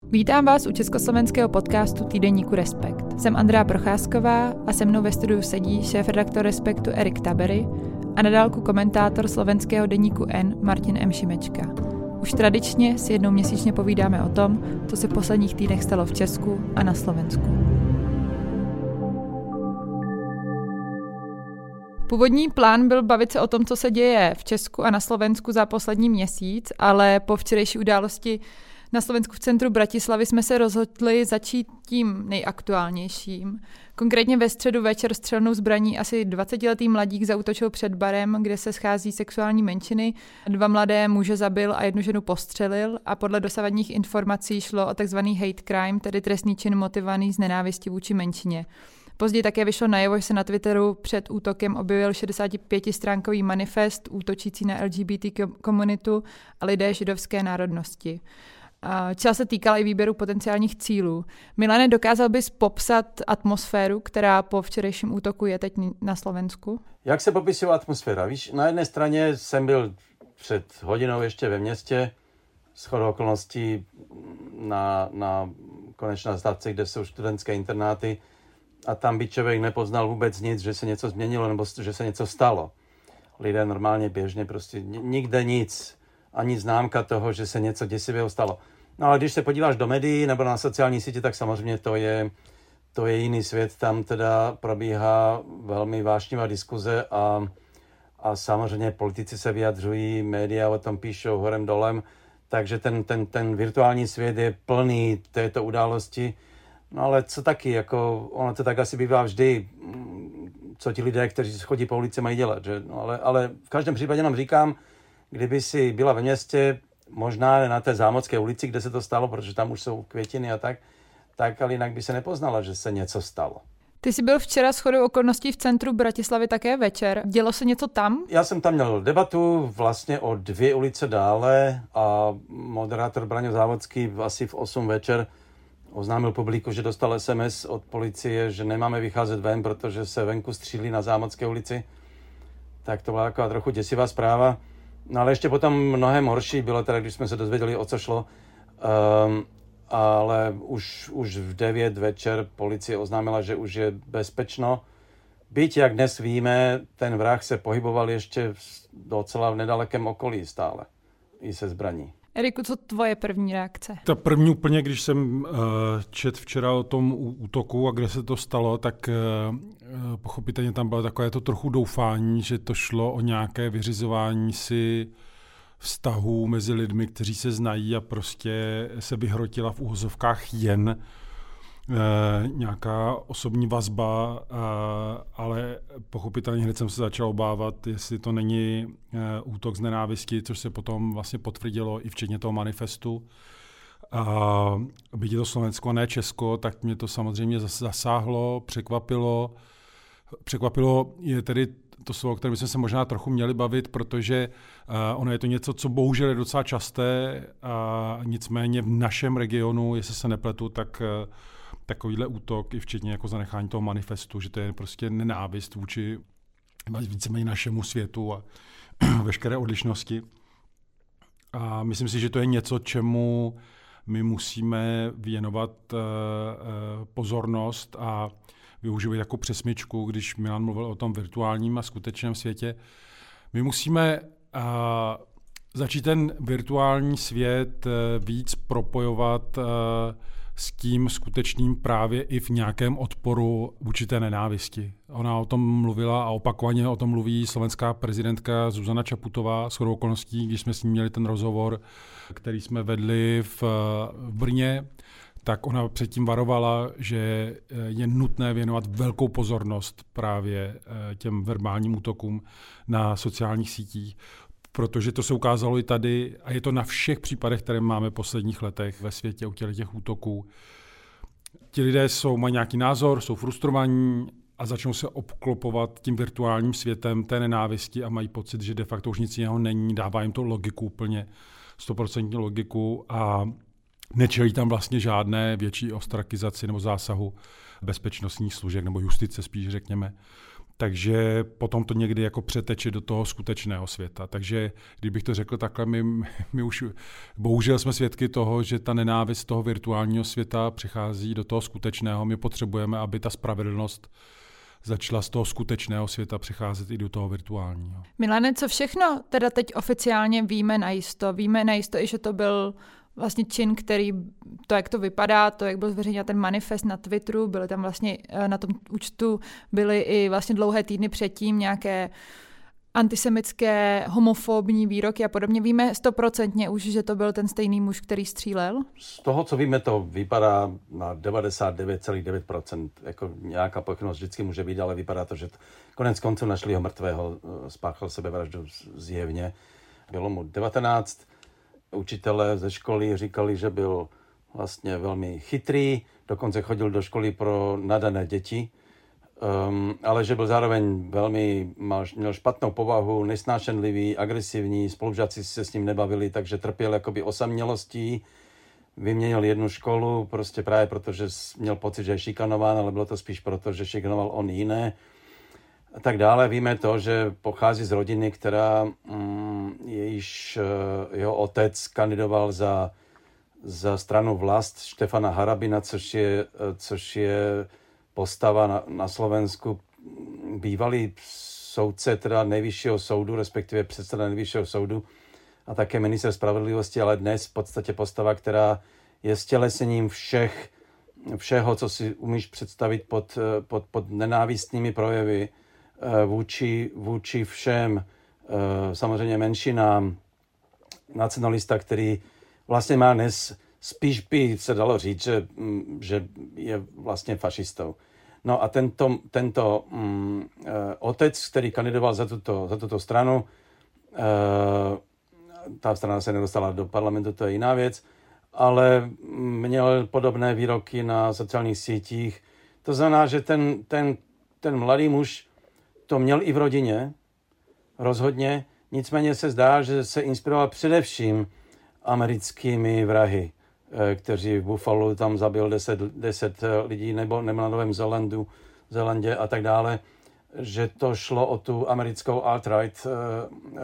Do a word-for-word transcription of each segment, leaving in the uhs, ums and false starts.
Vítám vás u československého podcastu týdeníku Respekt. Jsem Andrea Procházková a se mnou ve studiu sedí šéfredaktor Respektu Erik Tabery a na dálku komentátor slovenského deníku N Martin M. Šimečka. Už tradičně si jednou měsíčně povídáme o tom, co se v posledních týdnech stalo v Česku a na Slovensku. Původní plán byl bavit se o tom, co se děje v Česku a na Slovensku za poslední měsíc, ale po včerejší události na Slovensku v centru Bratislavy jsme se rozhodli začít tím nejaktuálnějším. Konkrétně ve středu večer střelnou zbraní asi dvacetiletý mladík zaútočil před barem, kde se schází sexuální menšiny. Dva mladé muže zabil a jednu ženu postřelil a podle dosavadních informací šlo o takzvaný hate crime, tedy trestný čin motivovaný z nenávisti vůči menšině. Později také vyšlo najevo, že se na Twitteru před útokem objevil šedesátipětistránkový manifest útočící na L G B T komunitu a lidé židovské národnosti. Část se týkala i výběru potenciálních cílů. Milane, dokázal bys popsat atmosféru, která po včerejším útoku je teď na Slovensku? Jak se popisuje atmosféra? Víš, na jedné straně jsem byl před hodinou ještě ve městě, shodou okolností na, na konečné státce, kde jsou studentské internáty, a tam by člověk nepoznal vůbec nic, že se něco změnilo nebo že se něco stalo. Lidé normálně, běžně, prostě nikde nic, ani známka toho, že se něco děsivého stalo. No ale když se podíváš do médií nebo na sociální sítě, tak samozřejmě to je, to je jiný svět. Tam teda probíhá velmi vášnivá diskuze a, a samozřejmě politici se vyjadřují, média o tom píšou horem dolem, takže ten, ten, ten virtuální svět je plný této události. No ale co taky, jako ono to tak asi bývá vždy, co ti lidé, kteří chodí po ulici, mají dělat, že? No ale, ale v každém případě nám říkám, kdyby si byla ve městě, možná na té Zámocké ulici, kde se to stalo, protože tam už jsou květiny a tak, tak ale jinak by se nepoznala, že se něco stalo. Ty jsi byl včera shodou okolností v centru Bratislavy také večer. Dělo se něco tam? Já jsem tam měl debatu vlastně o dvě ulice dále a moderátor Braňo Závodský asi v osm večer oznámil publiku, že dostal es em es od policie, že nemáme vycházet ven, protože se venku střílí na Zámocké ulici. Tak to byla taková trochu děsivá zpráva. No ale ještě potom mnohem horší bylo teda, když jsme se dozvěděli, o co šlo. Um, ale už, už v devět večer policie oznámila, že už je bezpečno. Byť, jak dnes víme, ten vrah se pohyboval ještě docela v nedalekém okolí stále. I se zbraní. Eriku, co tvoje první reakce? Ta první úplně, když jsem uh, čet včera o tom útoku a kde se to stalo, tak uh, pochopitelně tam bylo takové to trochu doufání, že to šlo o nějaké vyřizování si vztahů mezi lidmi, kteří se znají a prostě se vyhrotila v úhozovkách jen uh, nějaká osobní vazba, uh, ale pochopitelně hned jsem se začal obávat, jestli to není uh, útok z nenávisti, což se potom vlastně potvrdilo i včetně toho manifestu. A byť je to Slovensko a ne Česko, tak mě to samozřejmě zasáhlo, překvapilo. Překvapilo je tedy to slovo, o kterém bychom se možná trochu měli bavit, protože uh, ono je to něco, co bohužel je docela časté, a nicméně v našem regionu, jestli se nepletu, tak uh, takovýhle útok, i včetně jako zanechání toho manifestu, že to je prostě nenávist vůči víceméně našemu světu a veškeré odlišnosti. A myslím si, že to je něco, čemu my musíme věnovat uh, uh, pozornost a využívat jako přesmičku, když Milan mluvil o tom virtuálním a skutečném světě. My musíme uh, začít ten virtuální svět uh, víc propojovat uh, s tím skutečným právě i v nějakém odporu vůči té nenávisti. Ona o tom mluvila a opakovaně o tom mluví slovenská prezidentka Zuzana Čaputová shodou okolností, když jsme s ní měli ten rozhovor, který jsme vedli v, v Brně, tak ona předtím varovala, že je nutné věnovat velkou pozornost právě těm verbálním útokům na sociálních sítích, protože to se ukázalo i tady a je to na všech případech, které máme v posledních letech ve světě u těch útoků. Ti lidé jsou, mají nějaký názor, jsou frustrovaní a začnou se obklopovat tím virtuálním světem té nenávisti a mají pocit, že de facto už nic jiného není, dává jim to logiku úplně, stoprocentní logiku a nečelí tam vlastně žádné větší ostrakizaci nebo zásahu bezpečnostních služeb nebo justice spíš řekněme. Takže potom to někdy jako přeteče do toho skutečného světa. Takže kdybych to řekl takhle, my, my už bohužel jsme svědky toho, že ta nenávist toho virtuálního světa přichází do toho skutečného. My potřebujeme, aby ta spravedlnost začala z toho skutečného světa přicházet i do toho virtuálního. Milane, co všechno teda teď oficiálně víme najisto? Víme najisto i, že to byl vlastně čin, který, to, jak to vypadá, to, jak byl zveřejněn ten manifest na Twitteru, byly tam vlastně na tom účtu, byly i vlastně dlouhé týdny předtím nějaké antisemické, homofobní výroky a podobně. Víme stoprocentně už, že to byl ten stejný muž, který střílel? Z toho, co víme, to vypadá na devadesát devět celá devět procent. Jako nějaká pochybnost vždycky může být, ale vypadá to, že t... konec konců našli ho mrtvého, spáchal sebevraždu zjevně. Bylo mu devatenáct. Učitelé ze školy říkali, že byl vlastně velmi chytrý, dokonce chodil do školy pro nadané děti, um, ale že byl zároveň velmi, mal, měl špatnou povahu, nesnášenlivý, agresivní, spolužáci se s ním nebavili, takže trpěl jakoby osamělostí, vyměnil jednu školu, prostě právě protože měl pocit, že je šikanován, ale bylo to spíš proto, že šikanoval on jiné. A tak dále. Víme to, že pochází z rodiny, která mm, jejíž jeho otec kandidoval za, za stranu Vlast Štefana Harabina, což je, což je postava na, na Slovensku, bývalý soudce teda nejvyššího soudu, respektive předseda nejvyššího soudu a také minister spravedlivosti, ale dnes v podstatě postava, která je stělesením všech, všeho, co si umíš představit pod, pod, pod nenávistnými projevy vůči, vůči všem, samozřejmě menšinám, nacionalista, který vlastně má dnes, spíš by se dalo říct, že, že je vlastně fašistou. No a tento, tento um, otec, který kandidoval za tuto, za tuto stranu, uh, ta strana se nedostala do parlamentu, to je jiná věc, ale měl podobné výroky na sociálních sítích. To znamená, že ten, ten, ten mladý muž to měl i v rodině, rozhodně, nicméně se zdá, že se inspiroval především americkými vrahy, kteří v Buffalu tam zabil deset, deset lidí, nebo, nebo na Novém Zélandu, Zélandě a tak dále, že to šlo o tu americkou alt-right uh, uh,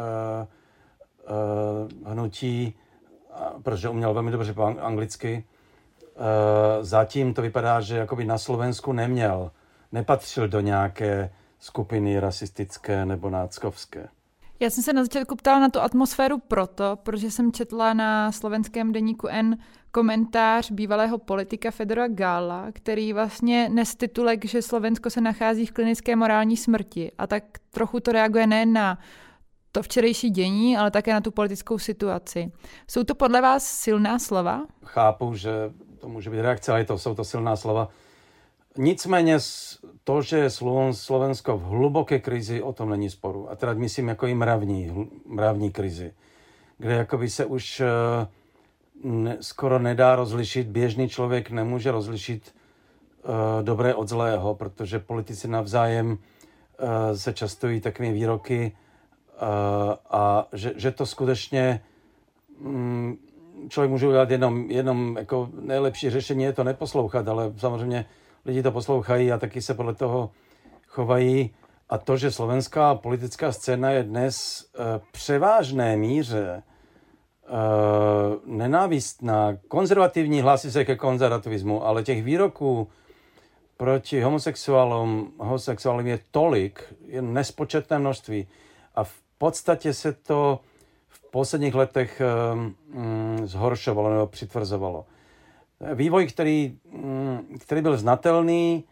uh, hnutí, protože uměl velmi dobře po anglicky. Uh, zatím to vypadá, že jakoby na Slovensku neměl, nepatřil do nějaké skupiny rasistické nebo náckovské. Já jsem se na začátku ptala na tu atmosféru proto, protože jsem četla na slovenském deníku N komentář bývalého politika Fedora Gála, který vlastně nes titulek, že Slovensko se nachází v klinické morální smrti a tak trochu to reaguje nejen na to včerejší dění, ale také na tu politickou situaci. Jsou to podle vás silná slova? Chápu, že to může být reakce, ale to jsou to silná slova. Nicméně to, že je Slovensko v hluboké krizi, o tom není sporu. A teda myslím jako i mravní, mravní krizi, kde jakoby se už ne, skoro nedá rozlišit, běžný člověk nemůže rozlišit uh, dobré od zlého, protože politici navzájem uh, se častují takovými výroky uh, a že, že to skutečně um, člověk může udělat jenom, jenom jako nejlepší řešení je to neposlouchat, ale samozřejmě lidi to poslouchají a taky se podle toho chovají. A to, že slovenská politická scéna je dnes uh, převážné míře uh, nenávistná, konzervativní, hlásí se ke konzervativismu, ale těch výroků proti homosexuálům, homosexuálům je tolik, je nespočetné množství. A v podstatě se to v posledních letech um, um, zhoršovalo nebo přitvrzovalo. Vývoj, který, který byl znatelný,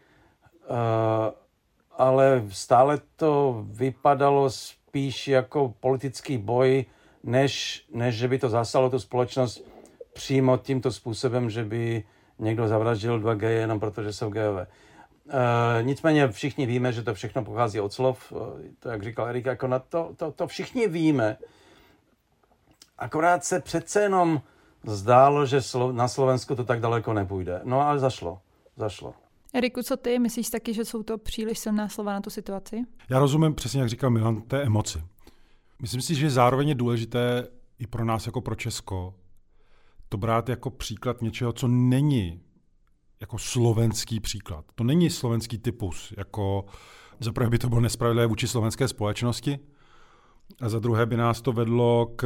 ale stále to vypadalo spíš jako politický boj, než, než že by to zasalo tu společnost přímo tímto způsobem, že by někdo zavraždil dva geje jenom proto, že jsou gejové. Nicméně všichni víme, že to všechno pochází od slov, to jak říkal Erik, jako na to, to, to všichni víme. Akorát se přece jenom zdálo, že na Slovensku to tak daleko nepůjde. No ale zašlo, zašlo. Eriku, co ty? Myslíš taky, že jsou to příliš silná slova na tu situaci? Já rozumím přesně, jak říkal Milan, té emoci. Myslím si, že zároveň je důležité i pro nás jako pro Česko to brát jako příklad něčeho, co není jako slovenský příklad. To není slovenský typus, jako za prvé by to bylo nespravedlivé vůči slovenské společnosti a za druhé by nás to vedlo k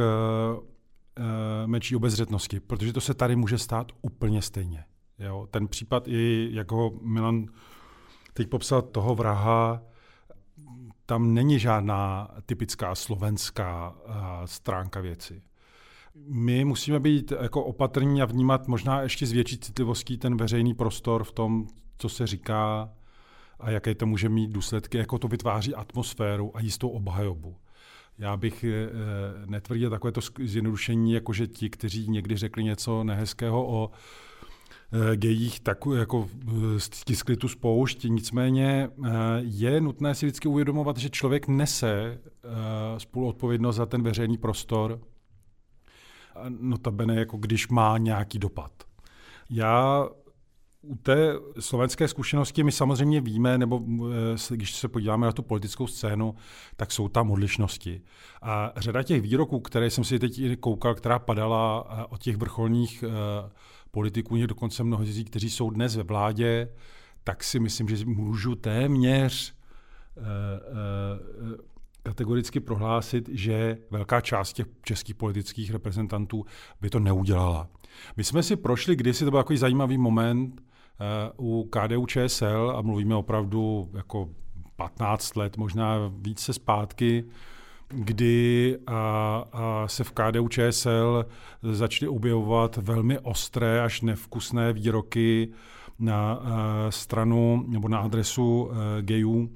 e, menší obezřetnosti, protože to se tady může stát úplně stejně. Jo? Ten případ, i jak ho Milan teď popsal, toho vraha, tam není žádná typická slovenská uh, stránka věci. My musíme být jako opatrní a vnímat možná ještě s větší citlivostí ten veřejný prostor v tom, co se říká a jaké to může mít důsledky, jako to vytváří atmosféru a jistou obhajobu. Já bych e, netvrdil takovéto zjednodušení, jako že ti, kteří někdy řekli něco nehezkého o gejích, tak jako stiskli tu spoušť. Nicméně je nutné si vždycky uvědomovat, že člověk nese spoluodpovědnost za ten veřejný prostor, notabene jako když má nějaký dopad. Já u té slovenské zkušenosti my samozřejmě víme, nebo když se podíváme na tu politickou scénu, tak jsou tam odlišnosti. A řada těch výroků, které jsem si teď koukal, která padala od těch vrcholných politiků, dokonce mnozí, kteří jsou dnes ve vládě, tak si myslím, že můžu téměř uh, uh, kategoricky prohlásit, že velká část těch českých politických reprezentantů by to neudělala. My jsme si prošli, kdysi to byl takový zajímavý moment uh, u K D U Č S L a mluvíme opravdu jako patnáct let, možná více zpátky, kdy a, a se v K D U Č S L začaly objevovat velmi ostré až nevkusné výroky na a, stranu nebo na adresu a, gejů.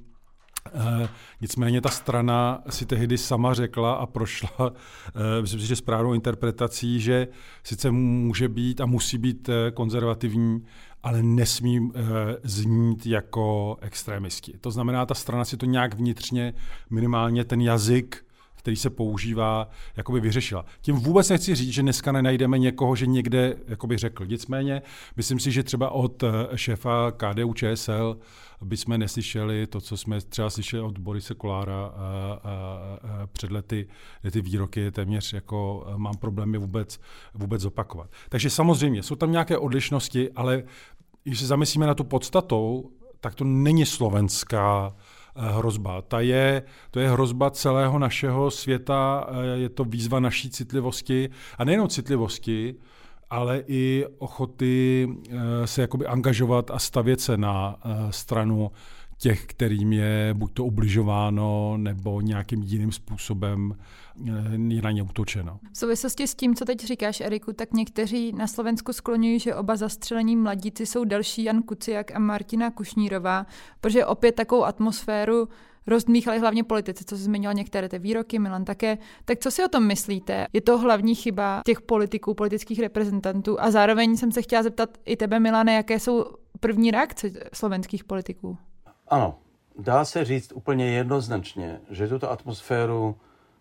E, nicméně ta strana si tehdy sama řekla a prošla, e, myslím si, že správnou interpretací, že sice může být a musí být konzervativní, ale nesmí e, znít jako extrémisti. To znamená, ta strana si to nějak vnitřně, minimálně ten jazyk, který se používá, jakoby vyřešila. Tím vůbec nechci říct, že dneska nenajdeme někoho, že někde jakoby řekl. Nicméně, myslím si, že třeba od šéfa K D U Č S L bychom neslyšeli to, co jsme třeba slyšeli od Borise Kollára a, a, a před lety, ty výroky téměř jako mám problémy vůbec, vůbec zopakovat. Takže samozřejmě jsou tam nějaké odlišnosti, ale když se zamyslíme na tu podstatou, tak to není slovenská hrozba. Ta je, to je hrozba celého našeho světa, je to výzva naší citlivosti a nejenom citlivosti, ale i ochoty se jakoby angažovat a stavět se na stranu těch, kterým je buď to ubližováno, nebo nějakým jiným způsobem je na ně útočeno. V souvislosti s tím, co teď říkáš, Eriku, tak někteří na Slovensku skloňují, že oba zastřelení mladíci jsou další Jan Kuciak a Martina Kušnírová, protože opět takovou atmosféru rozdmíchali hlavně politici, co jsi zmiňoval některé ty výroky, Milan také. Tak co si o tom myslíte? Je to hlavní chyba těch politiků, politických reprezentantů? A zároveň jsem se chtěla zeptat i tebe, Milane, jaké jsou první reakce slovenských politiků? Ano, dá se říct úplně jednoznačně, že tuto atmosféru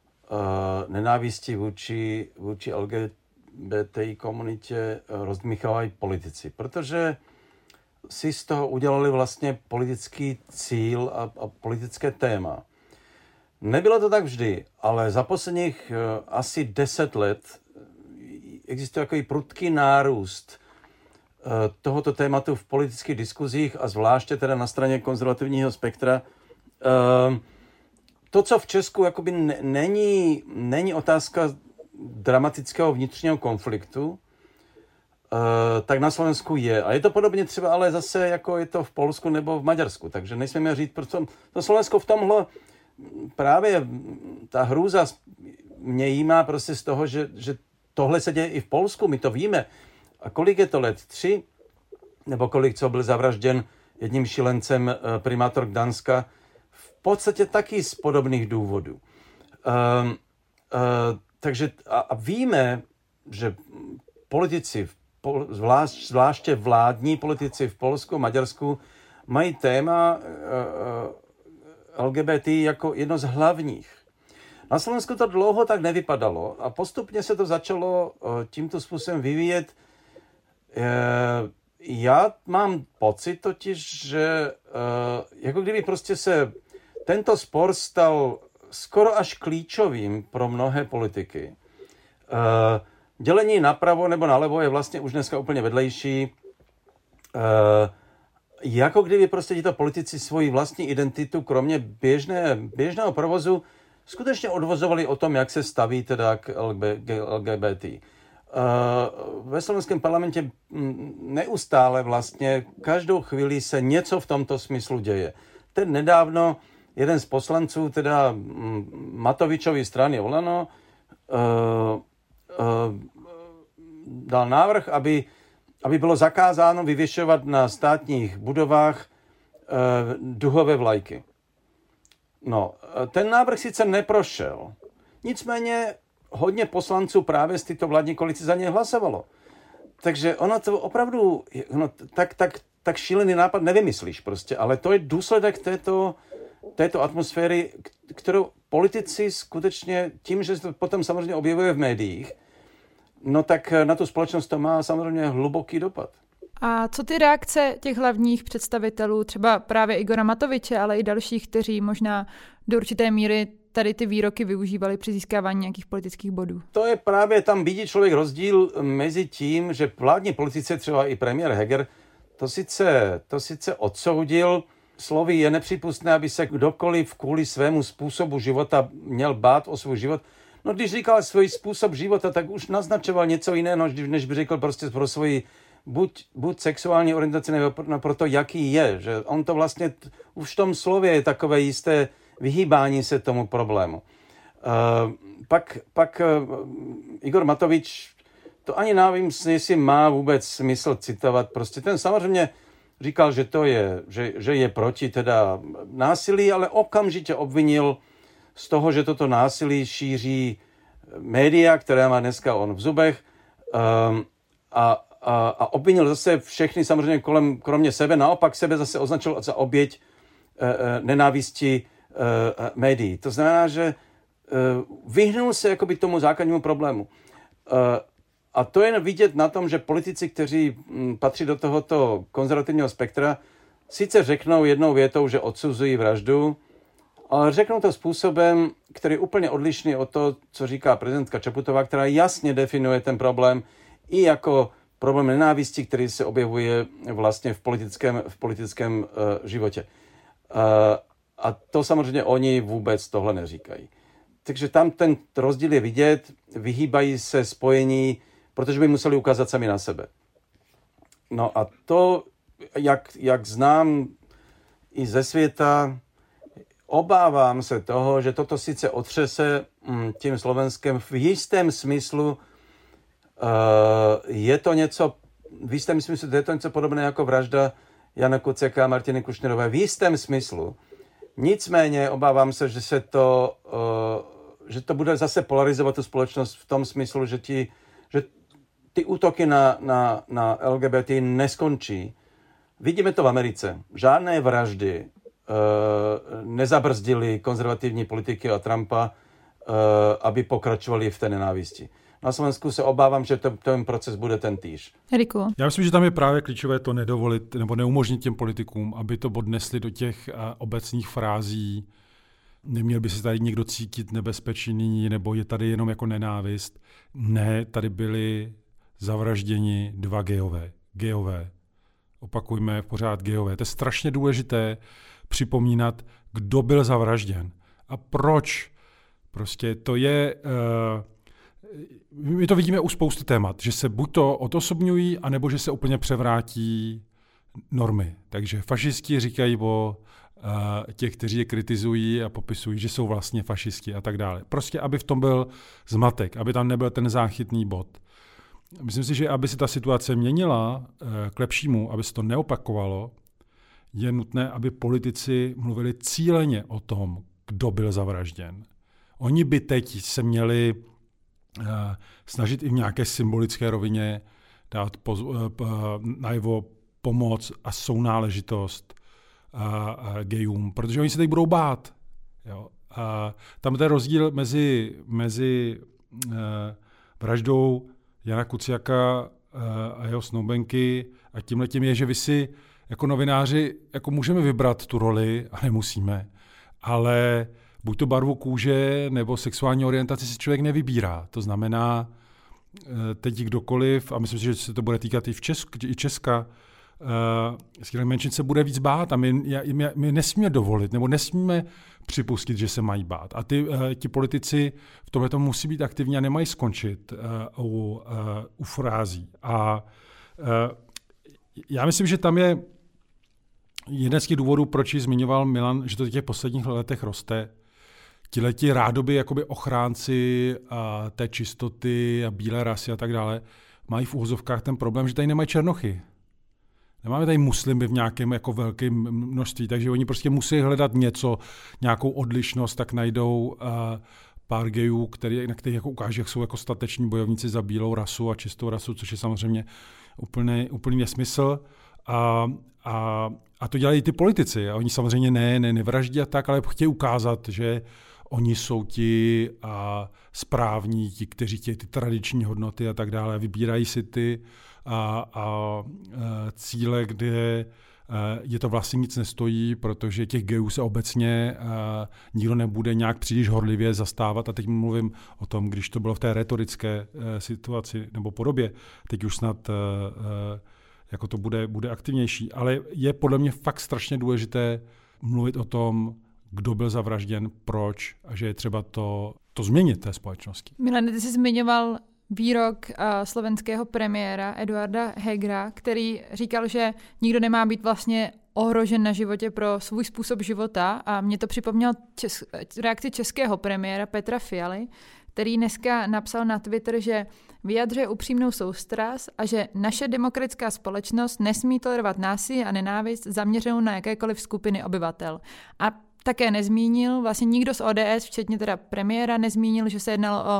uh, nenávisti vůči, vůči L G B T I komunitě uh, rozdmíchávají politici, protože si z toho udělali vlastně politický cíl a, a politické téma. Nebylo to tak vždy, ale za posledních uh, asi deset let existuje takový prudký nárůst tohoto tématu v politických diskuzích a zvláště teda na straně konzervativního spektra. To, co v Česku jakoby není, není otázka dramatického vnitřního konfliktu, tak na Slovensku je. A je to podobně třeba ale zase, jako je to v Polsku nebo v Maďarsku. Takže nejsme říct, protože to Slovensko v tomhle právě ta hrůza mě jímá prostě z toho, že, že tohle se děje i v Polsku, my to víme. A kolik je to let? Tři? Nebo kolik, co byl zavražděn jedním šilencem primátor Gdanska? V podstatě taky z podobných důvodů. Uh, uh, takže a, a víme, že politici, v Pol, zvlášť, zvláště vládní politici v Polsku a Maďarsku, mají téma uh, L G B T jako jedno z hlavních. Na Slovensku to dlouho tak nevypadalo a postupně se to začalo uh, tímto způsobem vyvíjet. Já mám pocit totiž, že jako kdyby prostě se tento spor stal skoro až klíčovým pro mnohé politiky. Dělení napravo nebo nalevo je vlastně už dneska úplně vedlejší. jako kdyby prostě tito politici svoji vlastní identitu, kromě běžné, běžného provozu, skutečně odvozovali o tom, jak se staví teda k L G B T. Ve slovenském parlamentě neustále vlastně každou chvíli se něco v tomto smyslu děje. Ten nedávno jeden z poslanců, teda Matovičovy strany Olano, dal návrh, aby, aby bylo zakázáno vyvěšovat na státních budovách duhové vlajky. No, ten návrh sice neprošel, nicméně hodně poslanců právě z této vládní koalice za něj hlasovalo. Takže ono to opravdu, no, tak, tak, tak šílený nápad nevymyslíš prostě, ale to je důsledek této, této atmosféry, kterou politici skutečně tím, že se to potom samozřejmě objevuje v médiích, no tak na tu společnost to má samozřejmě hluboký dopad. A co ty reakce těch hlavních představitelů, třeba právě Igora Matoviče, ale i dalších, kteří možná do určité míry tady ty výroky využívali při získávání nějakých politických bodů? To je právě, tam vidí člověk rozdíl mezi tím, že vládní politici, třeba i premiér Heger, to sice, to sice odsoudil, slovy je nepřípustné, aby se kdokoliv kvůli svému způsobu života měl bát o svůj život. No když říkal svůj způsob života, tak už naznačoval něco jiného, než by řekl prostě pro svoji buď, buď sexuální orientaci, nebo pro to, jaký je. Že on to vlastně, už v tom slově je takové jisté vyhýbání se tomu problému. Uh, pak pak uh, Igor Matovič, to ani nevím, jestli má vůbec smysl citovat. Prostě ten samozřejmě říkal, že to je, že, že je proti teda násilí, ale okamžitě obvinil z toho, že toto násilí šíří média, které má dneska on v zubech, um, a, a, a obvinil zase všechny samozřejmě kolem, kromě sebe, naopak sebe zase označil za oběť uh, uh, nenávisti uh, uh, médií. To znamená, že uh, vyhnul se jakoby tomu základnímu problému. Uh, a to je vidět na tom, že politici, kteří m, patří do tohoto konzervativního spektra, sice řeknou jednou větou, že odsuzují vraždu, ale řeknou to způsobem, který je úplně odlišný od toho, co říká prezidentka Čaputová, která jasně definuje ten problém i jako problém nenávisti, který se objevuje vlastně v politickém, v politickém uh, životě. Uh, a to samozřejmě oni vůbec tohle neříkají. Takže tam ten rozdíl je vidět, vyhýbají se spojení, protože by museli ukázat sami na sebe. No a to, jak, jak znám i ze světa, obávám se toho, že toto sice otřese tím Slovenskem v jistém smyslu, uh, je to něco, v jistém smyslu je to něco podobné jako vražda Jana Kuciaka a Martiny Kušnirové, v jistém smyslu. Nicméně obávám se, že se to, uh, že to bude zase polarizovat tu společnost v tom smyslu, že, ti, že ty útoky na, na, na L G B T neskončí. Vidíme to v Americe. Žádné vraždy nezabrzdili konzervativní politiky a Trumpa, aby pokračovali v té nenávisti. Na Slovensku se obávám, že to, ten proces bude ten týž. Eriku. Já myslím, že tam je právě klíčové to nedovolit nebo neumožnit těm politikům, aby to odnesli do těch obecných frází. Neměl by se tady někdo cítit nebezpečný, nebo je tady jenom jako nenávist. Ne, tady byli zavražděni dva gejové. Gejové. Opakujme pořád gejové. To je strašně důležité připomínat, kdo byl zavražděn a proč. Prostě to je... Uh, my to vidíme u spousty témat, že se buď to odosobňují, anebo že se úplně převrátí normy. Takže fašisti říkají o uh, těch, kteří je kritizují a popisují, že jsou vlastně fašisti a tak dále. Prostě, aby v tom byl zmatek, aby tam nebyl ten záchytný bod. Myslím si, že aby se ta situace měnila uh, k lepšímu, aby se to neopakovalo, je nutné, aby politici mluvili cíleně o tom, kdo byl zavražděn. Oni by teď se měli uh, snažit i v nějaké symbolické rovině dát poz, uh, najevo pomoc a sounáležitost uh, uh, gejům, protože oni se teď budou bát. Jo. Uh, tam je rozdíl mezi, mezi uh, vraždou Jana Kuciaka uh, a jeho snoubenky a tímhletím je, že vy si jako novináři jako můžeme vybrat tu roli a nemusíme, ale buď to barvu kůže nebo sexuální orientaci si člověk nevybírá. To znamená, teď kdokoliv, a myslím si, že se to bude týkat i, v Česku, i Česka, uh, menšin se bude víc bát a my, my, my nesmíme dovolit, nebo nesmíme připustit, že se mají bát. A ty, uh, ti politici v tomhle tomu musí být aktivní a nemají skončit uh, u, uh, u frází. A uh, já myslím, že tam je jeden z těch důvodů, proč ji zmiňoval Milan, že to v těch posledních letech roste. Tihleti rádoby jakoby ochránci a té čistoty a bílé rasy a tak dále mají v úvozovkách ten problém, že tady nemají černochy. Nemáme tady muslimy v nějakém jako velkém množství, takže oni prostě musí hledat něco, nějakou odlišnost, tak najdou uh, pár gejů, který, na kterých jako ukáže, jak jsou jako stateční bojovníci za bílou rasu a čistou rasu, což je samozřejmě úplný, úplný nesmysl. A, a, a to dělají ty politici. A oni samozřejmě ne, ne, nevraždí a tak, ale chtějí ukázat, že oni jsou ti a správní, ti, kteří chtějí ty tradiční hodnoty a tak dále. Vybírají si ty a, a, a cíle, kde je to vlastně nic nestojí, protože těch gejů se obecně a, nikdo nebude nějak příliš horlivě zastávat. A teď mluvím o tom, když to bylo v té retorické a, situaci nebo podobě. Teď už snad a, a, jako to bude, bude aktivnější. Ale je podle mě fakt strašně důležité mluvit o tom, kdo byl zavražděn, proč a že je třeba to, to změnit té společnosti. Milane, ty jsi zmiňoval výrok uh, slovenského premiéra Eduarda Hegera, který říkal, že nikdo nemá být vlastně ohrožen na životě pro svůj způsob života a mě to připomněl čes- reakci českého premiéra Petra Fialy, který dneska napsal na Twitter, že vyjadřuje upřímnou soustrast a že naše demokratická společnost nesmí tolerovat násilí a nenávist zaměřenou na jakékoliv skupiny obyvatel. A také nezmínil, vlastně nikdo z O D S, včetně teda premiéra, nezmínil, že se jednalo o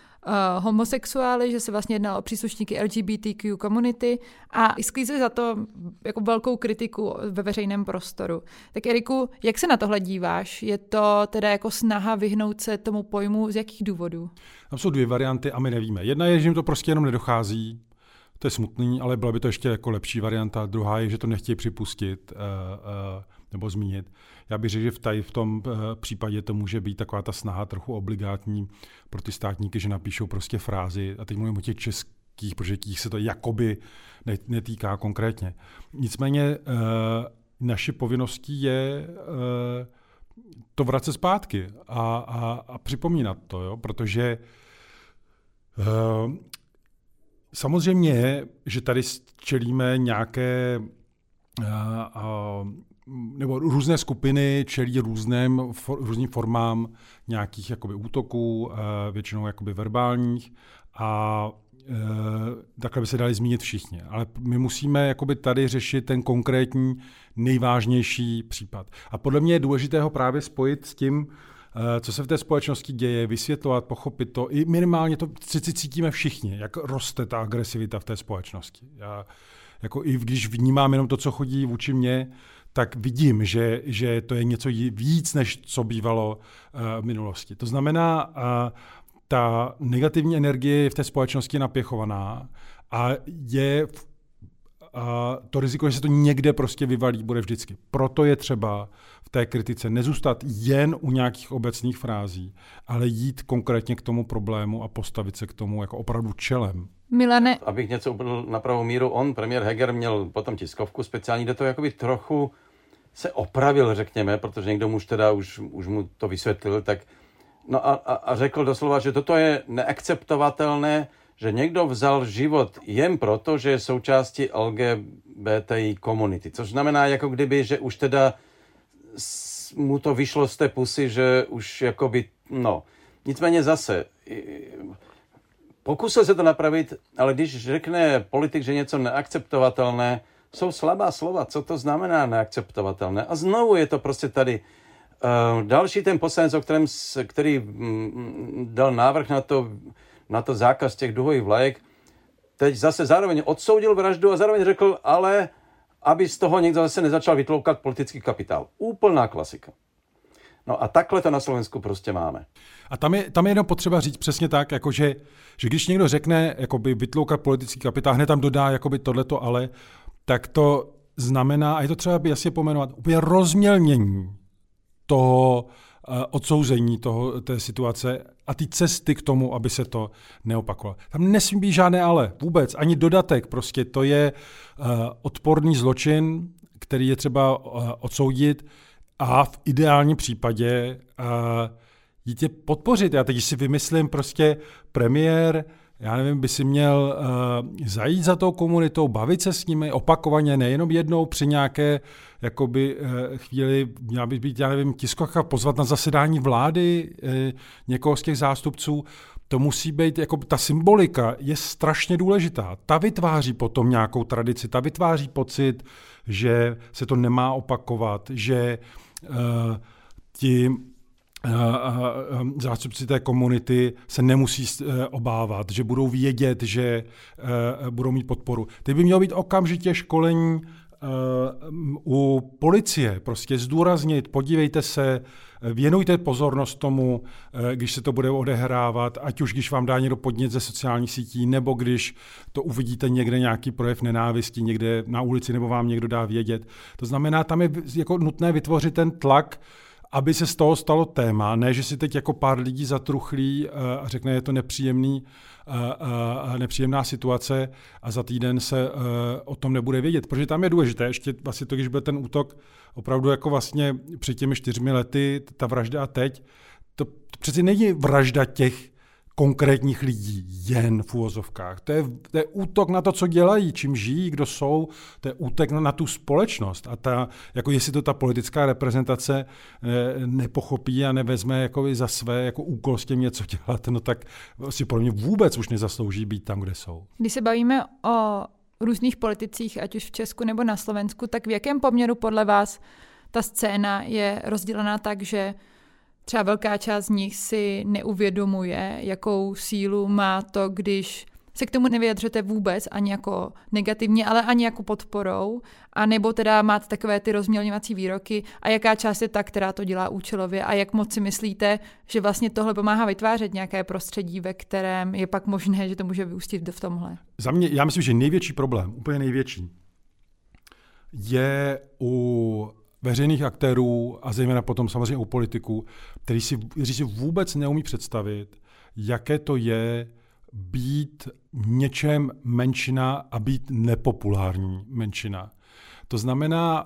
uh, homosexuály, že se vlastně jednalo o příslušníky L G B T Q komunity a sklízeli za to jako velkou kritiku ve veřejném prostoru. Tak Eriku, jak se na tohle díváš? Je to teda jako snaha vyhnout se tomu pojmu z jakých důvodů? Tam jsou dvě varianty a my nevíme. Jedna je, že jim to prostě jenom nedochází, to je smutný, ale byla by to ještě jako lepší varianta. Druhá je, že to nechtějí připustit uh, uh, nebo zmínit. Já bych řekl, že v, tady v tom uh, případě to může být taková ta snaha trochu obligátní pro ty státníky, že napíšou prostě frázi. A teď mluvím o těch českých, protože těch se to jakoby netýká konkrétně. Nicméně uh, naší povinností je uh, to vracet zpátky a, a, a připomínat to, jo? Protože uh, samozřejmě je, že tady čelíme nějaké uh, uh, nebo různé skupiny čelí různým, for, různým formám nějakých jakoby útoků, uh, většinou jakoby verbálních a uh, takhle by se dali zmínit všichni. Ale my musíme jakoby tady řešit ten konkrétní nejvážnější případ. A podle mě je důležité ho právě spojit s tím, co se v té společnosti děje, vysvětlovat, pochopit to. I minimálně to cítíme všichni, jak roste ta agresivita v té společnosti. Já, jako i když vnímám jenom to, co chodí vůči mně, tak vidím, že, že to je něco víc, než co bývalo uh, v minulosti. To znamená, uh, ta negativní energie je v té společnosti napěchovaná a je a to riziko, že se to někde prostě vyvalí, bude vždycky. Proto je třeba v té kritice nezůstat jen u nějakých obecných frází, ale jít konkrétně k tomu problému a postavit se k tomu jako opravdu čelem. Milane. Abych něco uvedl na pravou míru, on, premiér Heger, měl potom tiskovku speciální, kde to jakoby trochu se opravil, řekněme, protože někdo mu už teda už, už mu to vysvětlil, tak no a, a, a řekl doslova, že toto je neakceptovatelné, že někdo vzal život jen proto, že je součástí L G B T I komunity. Což znamená, jako kdyby, že už teda mu to vyšlo z té pusy, že už jakoby, no. Nicméně zase, pokusil se to napravit, ale když řekne politik, že něco neakceptovatelné, jsou slabá slova. Co to znamená neakceptovatelné? A znovu je to prostě tady. Uh, další ten poslanec, o kterém, který mm, dal návrh na to, na to zákaz těch duhových vlajek, teď zase zároveň odsoudil vraždu a zároveň řekl, ale aby z toho někdo zase nezačal vytloukat politický kapitál. Úplná klasika. No a takhle to na Slovensku prostě máme. A tam je, tam je jenom potřeba říct přesně tak, jakože, že když někdo řekne jakoby vytloukat politický kapitál, hned tam dodá jakoby tohleto ale, tak to znamená, a je to třeba by jasně pomenovat, úplně rozmělnění toho odsouzení toho, té situace a ty cesty k tomu, aby se to neopakovalo. Tam nesmí být žádné ale, vůbec, ani dodatek, prostě to je uh, odporný zločin, který je třeba uh, odsoudit a v ideálním případě uh, jít je podpořit. Já teď si vymyslím prostě premiér, já nevím, by si měl uh, zajít za tou komunitou, bavit se s nimi opakovaně, nejenom jednou při nějaké jakoby, uh, chvíli, měla by být, já nevím, tiskovka, pozvat na zasedání vlády uh, někoho z těch zástupců. To musí být, jako ta symbolika je strašně důležitá. Ta vytváří potom nějakou tradici, ta vytváří pocit, že se to nemá opakovat, že uh, ti zástupci té komunity se nemusí obávat, že budou vědět, že budou mít podporu. Teď by mělo být okamžitě školení u policie, prostě zdůraznit, podívejte se, věnujte pozornost tomu, když se to bude odehrávat, ať už když vám dá někdo podnět ze sociálních sítí, nebo když to uvidíte někde nějaký projev nenávisti, někde na ulici, nebo vám někdo dá vědět. To znamená, tam je jako nutné vytvořit ten tlak, aby se z toho stalo téma, ne, že si teď jako pár lidí zatruchlí a řekne, je to nepříjemný, a, a, a nepříjemná situace a za týden se a, o tom nebude vědět. Protože tam je důležité, ještě vlastně to, když byl ten útok opravdu jako vlastně před těmi čtyřmi lety, ta vražda a teď, to, to přeci není vražda těch konkrétních lidí, jen v uvozovkách. To je, to je útok na to, co dělají, čím žijí, kdo jsou, to je útok na, na tu společnost. A ta, jako jestli to ta politická reprezentace e, nepochopí a nevezme jako za své jako úkol s tím něco dělat, no tak si podle mě vůbec už nezaslouží být tam, kde jsou. Když se bavíme o různých politicích, ať už v Česku nebo na Slovensku, tak v jakém poměru podle vás ta scéna je rozdělená tak, že třeba velká část z nich si neuvědomuje, jakou sílu má to, když se k tomu nevyjadřete vůbec ani jako negativně, ale ani jako podporou, a nebo teda máte takové ty rozmělňovací výroky a jaká část je ta, která to dělá účelově a jak moc si myslíte, že vlastně tohle pomáhá vytvářet nějaké prostředí, ve kterém je pak možné, že to může vyústit v tomhle? Za mě, já myslím, že největší problém, úplně největší, je u veřejných aktérů a zejména potom samozřejmě u politiků, kteří si, kteří si vůbec neumí představit, jaké to je být něčem menšina a být nepopulární menšina. To znamená,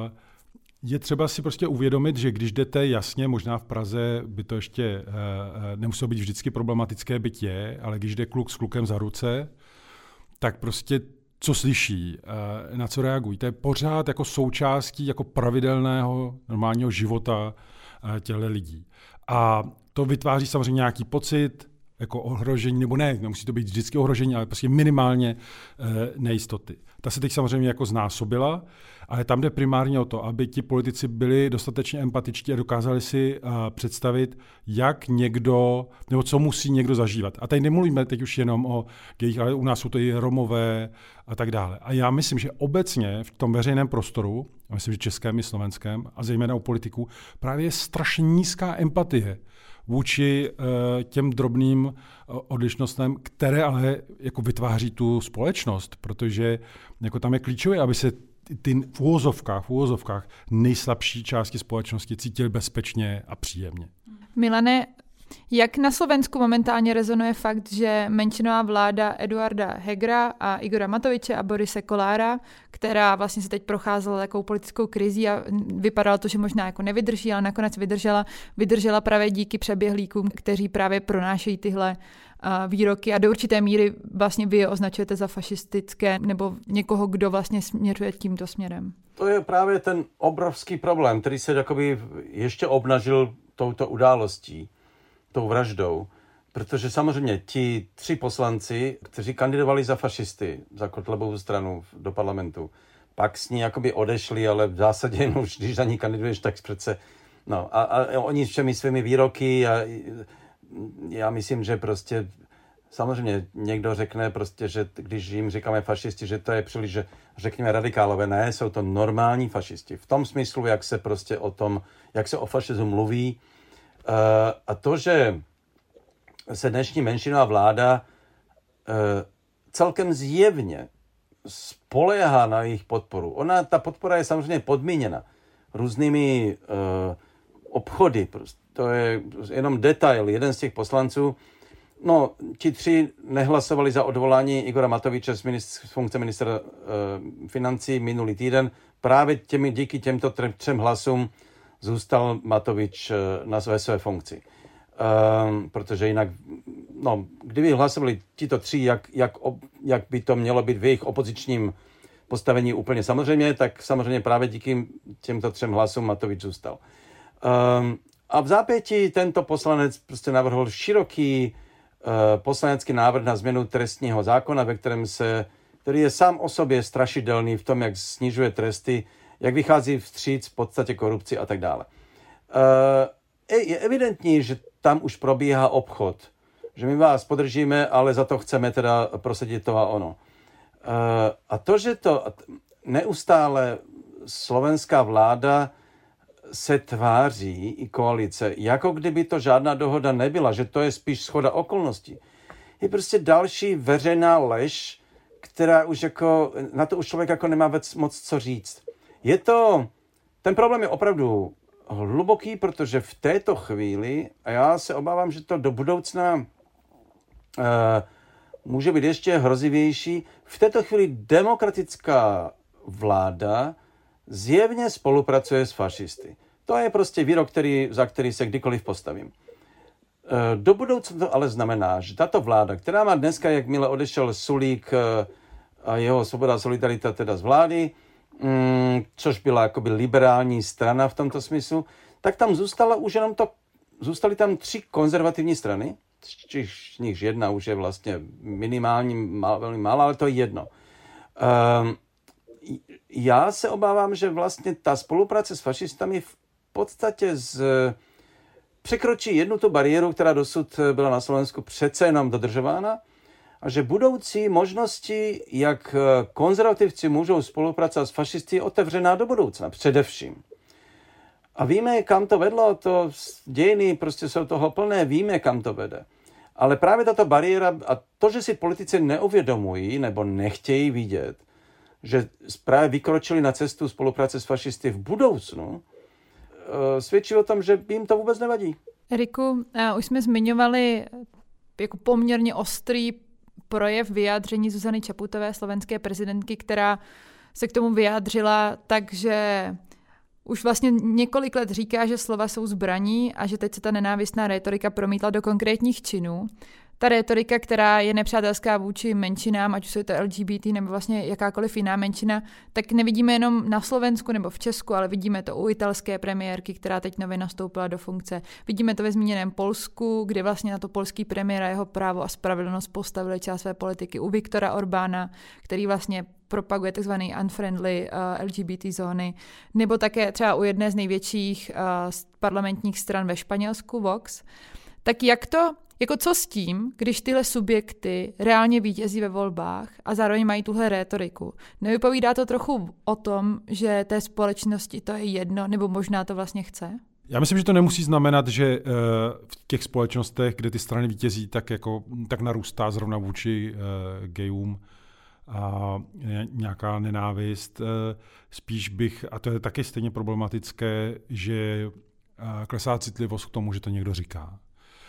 je třeba si prostě uvědomit, že když jdete jasně, možná v Praze by to ještě nemuselo být vždycky problematické, byť je, ale když jde kluk s klukem za ruce, tak prostě co slyší, na co reagují. To je pořád jako součástí jako pravidelného normálního života těchto lidí. A to vytváří samozřejmě nějaký pocit jako ohrožení, nebo ne, nemusí to být vždycky ohrožení, ale prostě minimálně nejistoty. Ta se teď samozřejmě jako znásobila, ale tam jde primárně o to, aby ti politici byli dostatečně empatičtí a dokázali si představit, jak někdo, nebo co musí někdo zažívat. A tady nemluvíme teď už jenom o gejích, ale u nás jsou to i Romové a tak dále. A já myslím, že obecně v tom veřejném prostoru, a myslím, že českém i slovenském, a zejména u politiků, právě je strašně nízká empatie vůči uh, těm drobným uh, odlišnostem, které ale jako vytváří tu společnost, protože jako tam je klíčové, aby se ty v úvozovkách, v úvozovkách nejslabší části společnosti cítily bezpečně a příjemně. Milane, jak na Slovensku momentálně rezonuje fakt, že menšinová vláda Eduarda Hegera a Igora Matoviče a Borise Kollára, která vlastně se teď procházela takovou politickou krizí a vypadalo to, že možná jako nevydrží, ale nakonec vydržela, vydržela právě díky přeběhlíkům, kteří právě pronášejí tyhle uh, výroky a do určité míry vlastně vy je označujete za fašistické nebo někoho, kdo vlastně směřuje tímto směrem. To je právě ten obrovský problém, který se jakoby ještě obnažil touto událostí, tou vraždou, protože samozřejmě ti tři poslanci, kteří kandidovali za fašisty, za Kotlebovu stranu do parlamentu, pak s ní jakoby odešli, ale v zásadě jen už, když za ní kandiduješ, tak přece, no a, a oni všemi svými výroky a já myslím, že prostě samozřejmě někdo řekne prostě, že když jim říkáme fašisti, že to je příliš, že řekněme radikálové, ne, jsou to normální fašisti. V tom smyslu, jak se prostě o tom, jak se o fašismu mluví. Uh, a to, že se dnešní menšinová vláda uh, celkem zjevně spoléhá na jejich podporu. Ona, ta podpora je samozřejmě podmíněna různými uh, obchody, prostě, to je jenom detail, jeden z těch poslanců, no, ti tři nehlasovali za odvolání Igora Matoviče z, ministr, z funkce ministra e, financí minulý týden. Právě těmi, díky těmto třem hlasům zůstal Matovič na své, své funkci. E, protože jinak, no, kdyby hlasovali tito tři, jak, jak, jak by to mělo být v jejich opozičním postavení úplně samozřejmě, tak samozřejmě právě díky těmto třem hlasům Matovič zůstal. E, a v zápětí tento poslanec prostě navrhl široký poslanecký návrh na změnu trestního zákona, ve kterém se, který je sám o sobě strašidelný v tom, jak snižuje tresty, jak vychází vstříc v podstatě korupci a tak dále. Je evidentní, že tam už probíhá obchod, že my vás podržíme, ale za to chceme teda prosadit to a ono. A to, že to neustále slovenská vláda se tváří i koalice, jako kdyby to žádná dohoda nebyla, že to je spíš shoda okolností. Je prostě další veřejná lež, která už jako, na to už člověk jako nemá moc co říct. Je to, ten problém je opravdu hluboký, protože v této chvíli, a já se obávám, že to do budoucna uh, může být ještě hrozivější, v této chvíli demokratická vláda zjevně spolupracuje s fašisty. To je prostě výrok, který, za který se kdykoliv postavím. Do budoucna to ale znamená, že tato vláda, která má dneska, jakmile odešel Sulík a jeho Svoboda a solidarita teda z vlády, což byla jakoby liberální strana v tomto smyslu, tak tam zůstala už jenom to, zůstaly tam tři konzervativní strany, z nichž jedna už je vlastně minimální, mal, velmi malá, ale to je jedno. Um, Já se obávám, že vlastně ta spolupráce s fašistami v podstatě z, překročí jednu tu bariéru, která dosud byla na Slovensku přece jenom dodržována, a že budoucí možnosti, jak konzervativci můžou spolupracovat s fašisty, je otevřená do budoucna, především. A víme, kam to vedlo, to dějiny prostě jsou toho plné, víme, kam to vede. Ale právě tato bariéra a to, že si politici neuvědomují nebo nechtějí vidět, že právě vykročili na cestu spolupráce s fašisty v budoucnu, svědčí o tom, že jim to vůbec nevadí. Eriku, už jsme zmiňovali jako poměrně ostrý projev vyjádření Zuzany Čaputové, slovenské prezidentky, která se k tomu vyjádřila, takže už vlastně několik let říká, že slova jsou zbraní a že teď se ta nenávistná rétorika promítla do konkrétních činů. Ta rétorika, která je nepřátelská vůči menšinám, ať už jsou to L G B T nebo vlastně jakákoliv jiná menšina, tak nevidíme jenom na Slovensku nebo v Česku, ale vidíme to u italské premiérky, která teď nově nastoupila do funkce. Vidíme to ve zmíněném Polsku, kde vlastně na to polský premiér a jeho právo a spravedlnost postavili část své politiky. U Viktora Orbána, který vlastně propaguje tzv. Unfriendly uh, L G B T zóny, nebo také třeba u jedné z největších uh, parlamentních stran ve Španělsku, Vox. Tak jak to, jako co s tím, když tyhle subjekty reálně vítězí ve volbách a zároveň mají tuhle rétoriku? Nevypovídá to trochu o tom, že té společnosti to je jedno, nebo možná to vlastně chce? Já myslím, že to nemusí znamenat, že uh, v těch společnostech, kde ty strany vítězí, tak, jako, tak narůstá zrovna vůči uh, gayům a nějaká nenávist. Uh, spíš bych, a to je taky stejně problematické, že uh, klesá citlivost k tomu, že to někdo říká.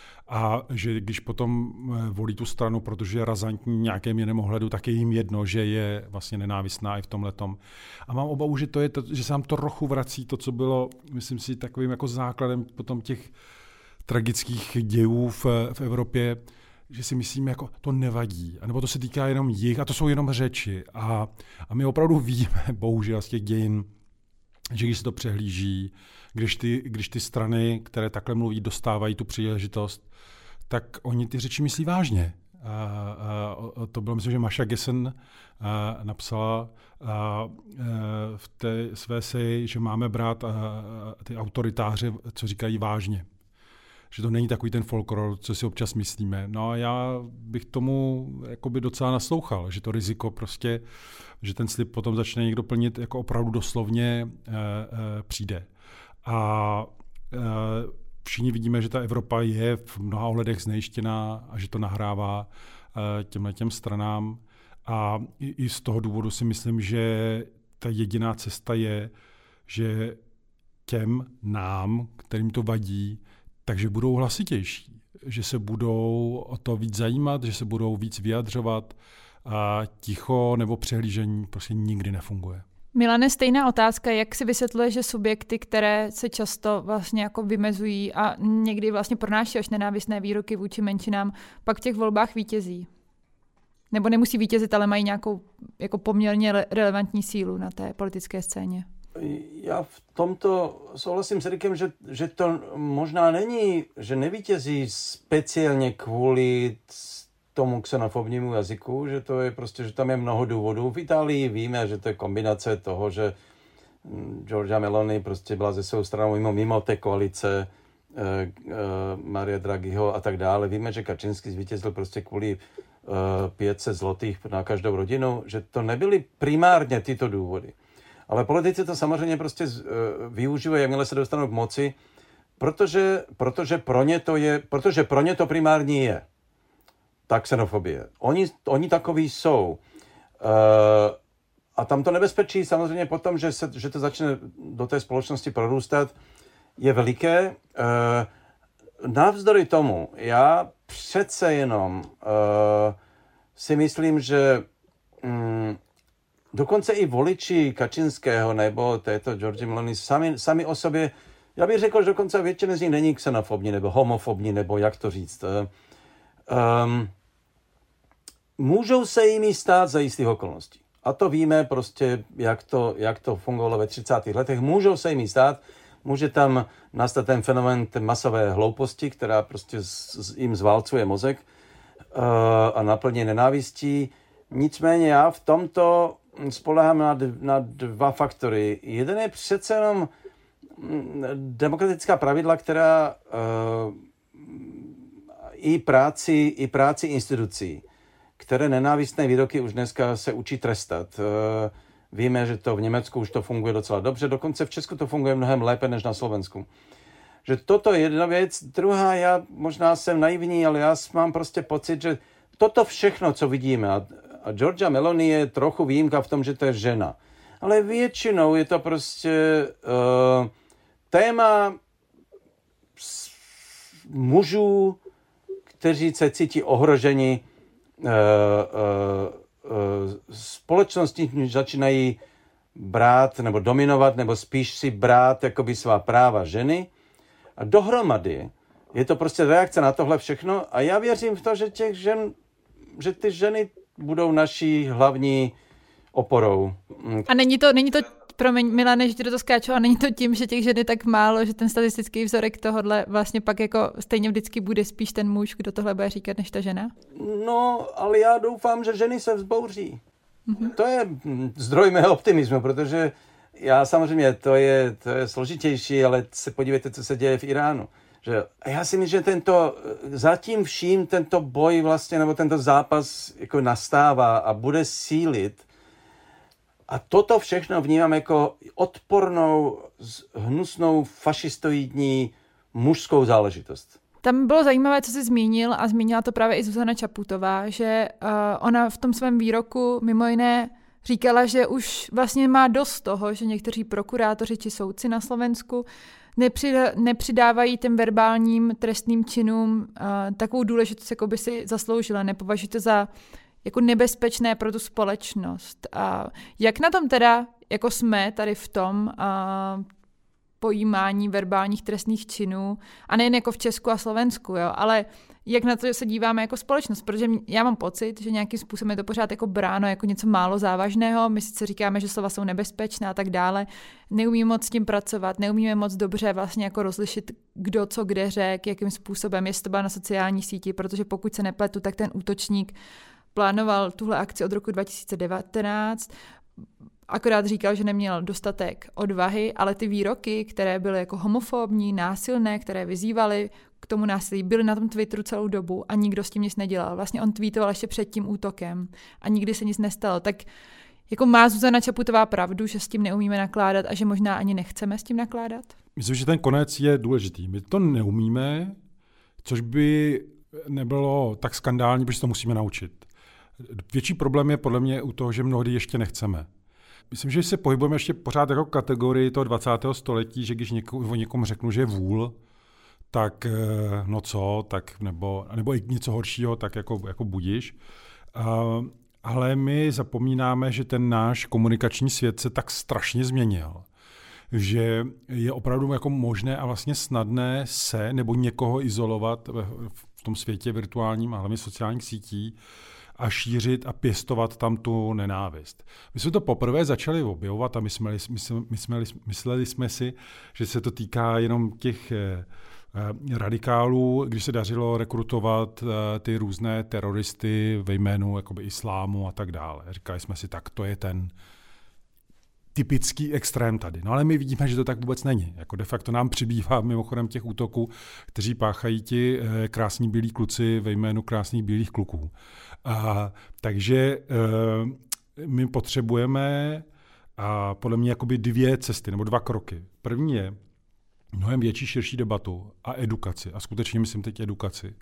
A že když potom volí tu stranu, protože je razantní nějakém jiném ohledu, tak je jim jedno, že je vlastně nenávistná i v tomhletom. A mám obavu, že, to je to, že se nám to trochu vrací to, co bylo, myslím si, takovým jako základem potom těch tragických dějů v, v Evropě, že si myslím, jako to nevadí. A nebo to se týká jenom jich, a to jsou jenom řeči. A, a my opravdu víme, bohužel z těch dějin, že když se to přehlíží, když ty, když ty strany, které takhle mluví, dostávají tu příležitost, tak oni ty řeči myslí vážně. A, a, to bylo, myslím, že Maša Gessen a, napsala a, a, v té své seji, že máme brát a, a, ty autoritáře, co říkají, vážně. Že to není takový ten folklor, co si občas myslíme. No a já bych tomu jakoby docela naslouchal, že to riziko prostě, že ten slib potom začne někdo plnit, jako opravdu doslovně e, e, přijde. A e, všichni vidíme, že ta Evropa je v mnoha ohledech znejištěná a že to nahrává e, těmhletěm stranám. A i, i z toho důvodu si myslím, že ta jediná cesta je, že těm nám, kterým to vadí, takže budou hlasitější, že se budou o to víc zajímat, že se budou víc vyjadřovat a ticho nebo přehlížení prostě nikdy nefunguje. Milane, stejná otázka, jak si vysvětluje, že subjekty, které se často vlastně jako vymezují a někdy vlastně pronáší až nenávistné výroky vůči menšinám, pak v těch volbách vítězí? Nebo nemusí vítězit, ale mají nějakou jako poměrně relevantní sílu na té politické scéně? Já v tomto souhlasím s Erikem, že, že to možná není, že nevítězí speciálně kvůli tomu xenofobnímu jazyku, že to je prostě, že tam je mnoho důvodů. V Itálii víme, že to je kombinace toho, že Giorgia Meloni prostě byla ze svou stranou mimo, mimo té koalice eh, eh, Maria Draghiho a tak dále. Víme, že Kačinský zvítězil prostě kvůli eh, pět set zlotých na každou rodinu, že to nebyly primárně tyto důvody. Ale politici to samozřejmě prostě uh, využívají, jakmile se dostanou k moci, protože, protože, pro ně to je, protože pro ně to primární je. Ta xenofobie. Oni, oni takový jsou. Uh, a tam to nebezpečí samozřejmě potom, že, se, že to začne do té společnosti prorůstat, je veliké. Uh, navzdory tomu, já přece jenom uh, si myslím, že um, dokonce i voliči Kačinského nebo této Giorgie Meloni sami, sami o sobě, já bych řekl, že dokonce většina z nich není xenofobní nebo homofobní, nebo jak to říct. Um, můžou se jimi stát za jistých okolností. A to víme prostě, jak to, jak to fungovalo ve třicátých letech. Můžou se jimi stát, může tam nastat ten fenomén té masové hlouposti, která prostě z, z, jim zválcuje mozek uh, a naplní nenávistí. Nicméně já v tomto spolehám na, na dva faktory. Jeden je přece jenom demokratická pravidla, která uh, i práci, i práci institucí, které nenávistné výroky už dneska se učí trestat. Uh, víme, že to v Německu už to funguje docela dobře, dokonce v Česku to funguje mnohem lépe než na Slovensku. Že toto je jedna věc. Druhá, já možná jsem naivní, ale já mám prostě pocit, že toto všechno, co vidíme, a A Giorgia Meloni je trochu výjimka v tom, že to je žena. Ale většinou je to prostě uh, téma mužů, kteří se cítí ohroženi uh, uh, uh, společnosti, začínají brát nebo dominovat, nebo spíš si brát jakoby svá práva ženy. A dohromady je to prostě reakce na tohle všechno. A já věřím v to, že těch žen, že ty ženy budou naší hlavní oporou. A není to, není to promiň, Milane, že ti do toho skáču, a není to tím, že těch žen je tak málo, že ten statistický vzorek tohodle vlastně pak jako stejně vždycky bude spíš ten muž, kdo tohle bude říkat, než ta žena? No, ale já doufám, že ženy se vzbouří. Mm-hmm. To je zdroj mého optimismu, protože já samozřejmě, to je, to je složitější, ale se podívejte, co se děje v Iránu. Že, a já si myslím, že tento, zatím vším tento boj vlastně, nebo tento zápas jako nastává a bude sílit. A toto všechno vnímám jako odpornou, hnusnou, fašistoidní mužskou záležitost. Tam bylo zajímavé, co jsi zmínil, a zmínila to právě i Zuzana Čaputová, že uh, ona v tom svém výroku mimo jiné říkala, že už vlastně má dost toho, že někteří prokurátoři či soudci na Slovensku nepřidávají těm verbálním trestným činům uh, takovou důležitost, jako by si zasloužila. Nepovažují to za jako nebezpečné pro tu společnost. A jak na tom teda jako jsme tady v tom uh, pojímání verbálních trestných činů, a nejen jako v Česku a Slovensku, jo, ale jak na to se díváme jako společnost, protože já mám pocit, že nějakým způsobem je to pořád jako bráno jako něco málo závažného, my sice říkáme, že slova jsou nebezpečná a tak dále, neumíme moc s tím pracovat, neumíme moc dobře vlastně jako rozlišit, kdo co kde řekl, jakým způsobem, jestli to byla na sociální síti, protože pokud se nepletu, tak ten útočník plánoval tuhle akci od roku dva tisíce devatenáct, akorát říkal, že neměl dostatek odvahy, ale ty výroky, které byly jako homofobní, násilné, které vyzývaly k tomu násilí, byly na tom Twitteru celou dobu a nikdo s tím nic nedělal. Vlastně on tweetoval ještě před tím útokem a nikdy se nic nestalo. Tak jako má Zuzana Čaputová pravdu, že s tím neumíme nakládat a že možná ani nechceme s tím nakládat? Myslím, že ten konec je důležitý. My to neumíme, což by nebylo tak skandální, protože to musíme naučit. Větší problém je podle mě u toho, že mnohdy ještě nechceme. Myslím, že se pohybujeme ještě pořád jako kategorii toho dvacátého století, že když něko, o někom řeknu, že je vůl, tak no co, tak nebo, nebo i něco horšího, tak jako, jako budiš. Uh, ale my zapomínáme, že ten náš komunikační svět se tak strašně změnil, že je opravdu jako možné a vlastně snadné se nebo někoho izolovat v tom světě virtuálním a hlavně sociálních sítí a šířit a pěstovat tam tu nenávist. My jsme to poprvé začali objevovat a my jsme, my jsme, my jsme, mysleli jsme si, že se to týká jenom těch radikálů, když se dařilo rekrutovat ty různé teroristy ve jménu jakoby islámu a tak dále. Říkali jsme si, tak to je ten typický extrém tady. No ale my vidíme, že to tak vůbec není. Jako de facto nám přibývá mimochodem těch útoků, kteří páchají ti krásní bílí kluci ve jménu krásných bílých kluků. A, takže e, my potřebujeme a podle mě jakoby dvě cesty nebo dva kroky. První je mnohem větší, širší debatu a edukaci. A skutečně myslím teď edukaci. E,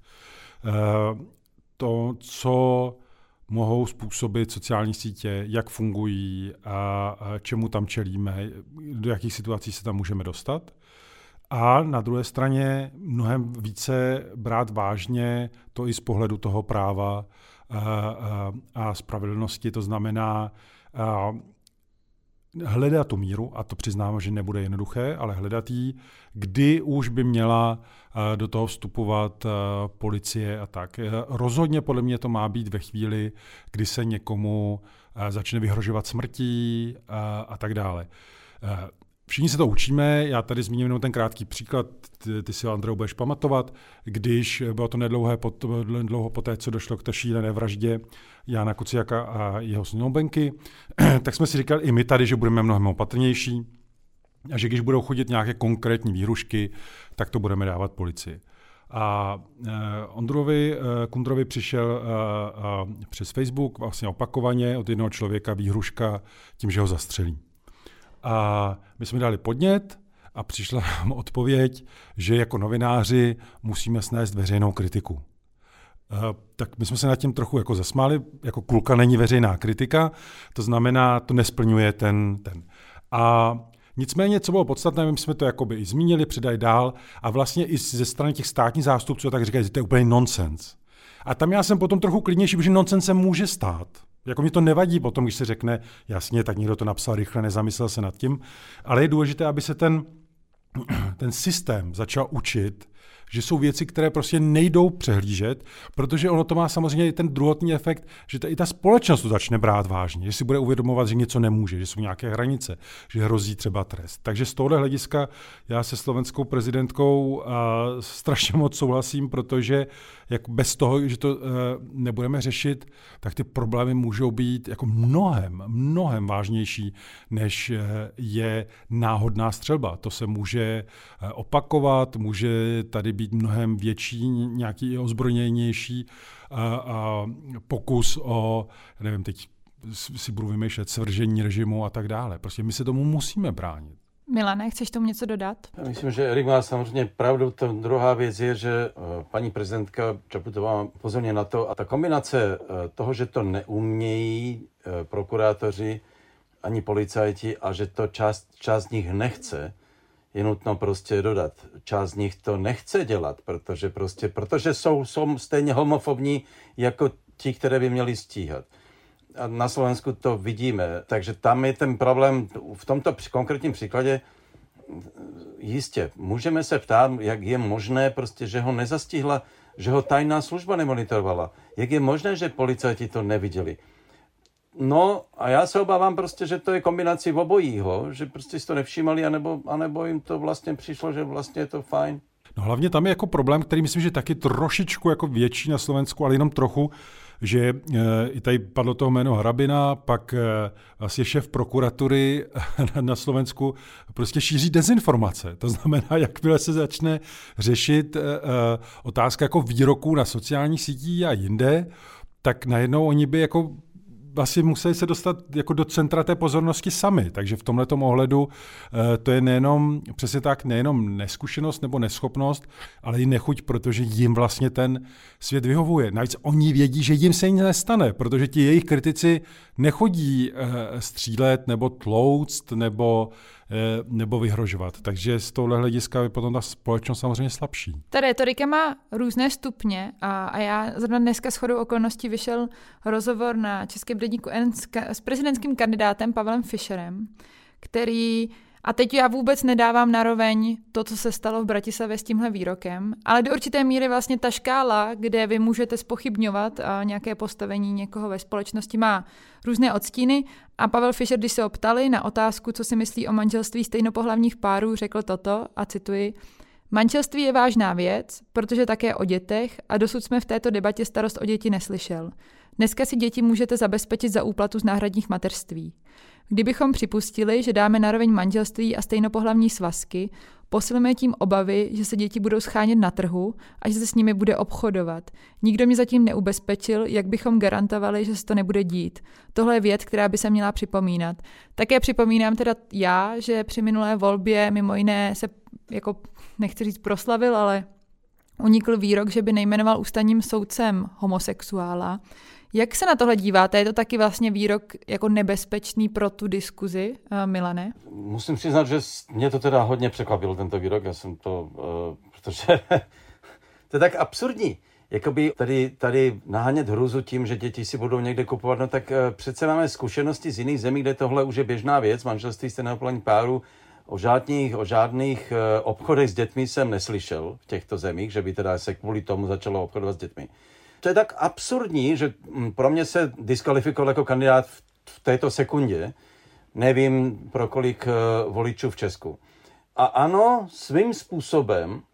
to, co mohou způsobit sociální sítě, jak fungují a, a čemu tam čelíme, do jakých situací se tam můžeme dostat. A na druhé straně mnohem více brát vážně to i z pohledu toho práva a, a, a spravedlnosti. To znamená a, hledat tu míru, a to přiznám, že nebude jednoduché, ale hledat ji, kdy už by měla do toho vstupovat policie a tak. Rozhodně podle mě to má být ve chvíli, kdy se někomu začne vyhrožovat smrtí a, a tak dále. Všichni se to učíme, já tady zmíním jenom ten krátký příklad, ty, ty si, Andreu, budeš pamatovat, když bylo to nedlouhé pot, dlouho poté, co došlo k té šílené vraždě Jána Kuciaka a jeho snoubenky, tak jsme si říkali i my tady, že budeme mnohem opatrnější a že když budou chodit nějaké konkrétní výhrušky, tak to budeme dávat policii. A eh, Ondrovi eh, Kundrovi přišel eh, eh, přes Facebook vlastně opakovaně od jednoho člověka výhruška tím, že ho zastřelí. A my jsme dali podnět a přišla nám odpověď, že jako novináři musíme snést veřejnou kritiku. Uh, tak my jsme se nad tím trochu jako zasmáli, jako kulka není veřejná kritika, to znamená, to nesplňuje ten. ten. A nicméně, co bylo podstatné, my jsme to jakoby i zmínili, předali dál a vlastně i ze strany těch státních zástupců tak říkají, že to je úplně nonsens. A tam já jsem potom trochu klidnější, protože nonsens se může stát. Jako mi to nevadí potom, když se řekne, jasně, tak někdo to napsal rychle, nezamyslel se nad tím, ale je důležité, aby se ten, ten systém začal učit, že jsou věci, které prostě nejdou přehlížet, protože ono to má samozřejmě i ten druhotný efekt, že ta, i ta společnost to začne brát vážně, že si bude uvědomovat, že něco nemůže, že jsou nějaké hranice, že hrozí třeba trest. Takže z tohohle hlediska já se slovenskou prezidentkou uh, strašně moc souhlasím, protože jak bez toho, že to uh, nebudeme řešit, tak ty problémy můžou být jako mnohem, mnohem vážnější, než uh, je náhodná střelba. To se může uh, opakovat, může tady být mnohem větší, nějaký ozbrojenější a, a pokus o, nevím, teď si budu vymýšlet, svržení režimu a tak dále. Prostě my se tomu musíme bránit. Milane, chceš tomu něco dodat? Já myslím, že Erik má samozřejmě pravdu. Ta druhá věc je, že paní prezidentka Čaputová pozorně na to a ta kombinace toho, že to neumějí prokurátoři ani policajti a že to část, část z nich nechce, je nutno prostě dodat. Část z nich to nechce dělat, protože, prostě, protože jsou, jsou stejně homofobní jako ti, které by měli stíhat. A na Slovensku to vidíme. Takže tam je ten problém v tomto konkrétním příkladě jistě. Můžeme se ptát, jak je možné, prostě, že ho nezastihla, že ho tajná služba nemonitorovala. Jak je možné, že policajti to neviděli. No a já se obávám prostě, že to je kombinací obojího, že prostě si to nevšímali, anebo, anebo jim to vlastně přišlo, že vlastně je to fajn. No hlavně tam je jako problém, který myslím, že taky trošičku jako větší na Slovensku, ale jenom trochu, že e, i tady padlo toho jméno Hrabina, pak e, vlastně šéf prokuratury na, na Slovensku prostě šíří dezinformace. To znamená, jakmile se začne řešit e, e, otázka jako výroků na sociálních sítích a jinde, tak najednou oni by jako vlastně museli se dostat jako do centra té pozornosti sami. Takže v tomhletom ohledu to je nejenom, přesně tak, nejenom neskušenost nebo neschopnost, ale i nechuť, protože jim vlastně ten svět vyhovuje. Navíc oni vědí, že jim se nic nestane, protože ti jejich kritici nechodí střílet nebo tlouct nebo nebo vyhrožovat. Takže z tohohle hlediska je potom ta společnost samozřejmě slabší. Ta retorika má různé stupně a, a já zrovna dneska shodou okolností vyšel rozhovor na Českém deníku N s, s prezidentským kandidátem Pavlem Fischerem, který, a teď já vůbec nedávám naroveň to, co se stalo v Bratislavě s tímhle výrokem, ale do určité míry vlastně ta škála, kde vy můžete zpochybňovat a nějaké postavení někoho ve společnosti, má různé odstíny a Pavel Fischer, když se ho ptali na otázku, co si myslí o manželství stejnopohlavních párů, řekl toto a cituji: Manželství je vážná věc, protože také o dětech a dosud jsme v této debatě starost o děti neslyšel. Dneska si děti můžete zabezpečit za úplatu z náhradních mateřství. Kdybychom připustili, že dáme naroveň manželství a stejnopohlavní svazky, posilujeme tím obavy, že se děti budou schánět na trhu a že se s nimi bude obchodovat. Nikdo mě zatím neubezpečil, jak bychom garantovali, že se to nebude dít. Tohle je věc, která by se měla připomínat. Také připomínám teda já, že při minulé volbě mimo jiné se, jako nechci říct proslavil, ale unikl výrok, že by nejmenoval ústavním soudcem homosexuála. Jak se na tohle díváte? Je to taky vlastně výrok jako nebezpečný pro tu diskuzi, Milane? Musím přiznat, že mě to teda hodně překvapilo, tento výrok. Já jsem to, uh, protože to je tak absurdní. Jakoby tady, tady nahánět hruzu tím, že děti si budou někde kupovat, no tak uh, přece máme zkušenosti z jiných zemí, kde tohle už je běžná věc, manželství stejnopohlavních párů. O žádných, o žádných uh, obchodech s dětmi jsem neslyšel v těchto zemích, že by teda se kvůli tomu začalo obchodovat s dětmi. To je tak absurdní, že pro mě se diskvalifikoval jako kandidát v této sekundě. Nevím, pro kolik uh, voličů v Česku. A ano, svým způsobem uh,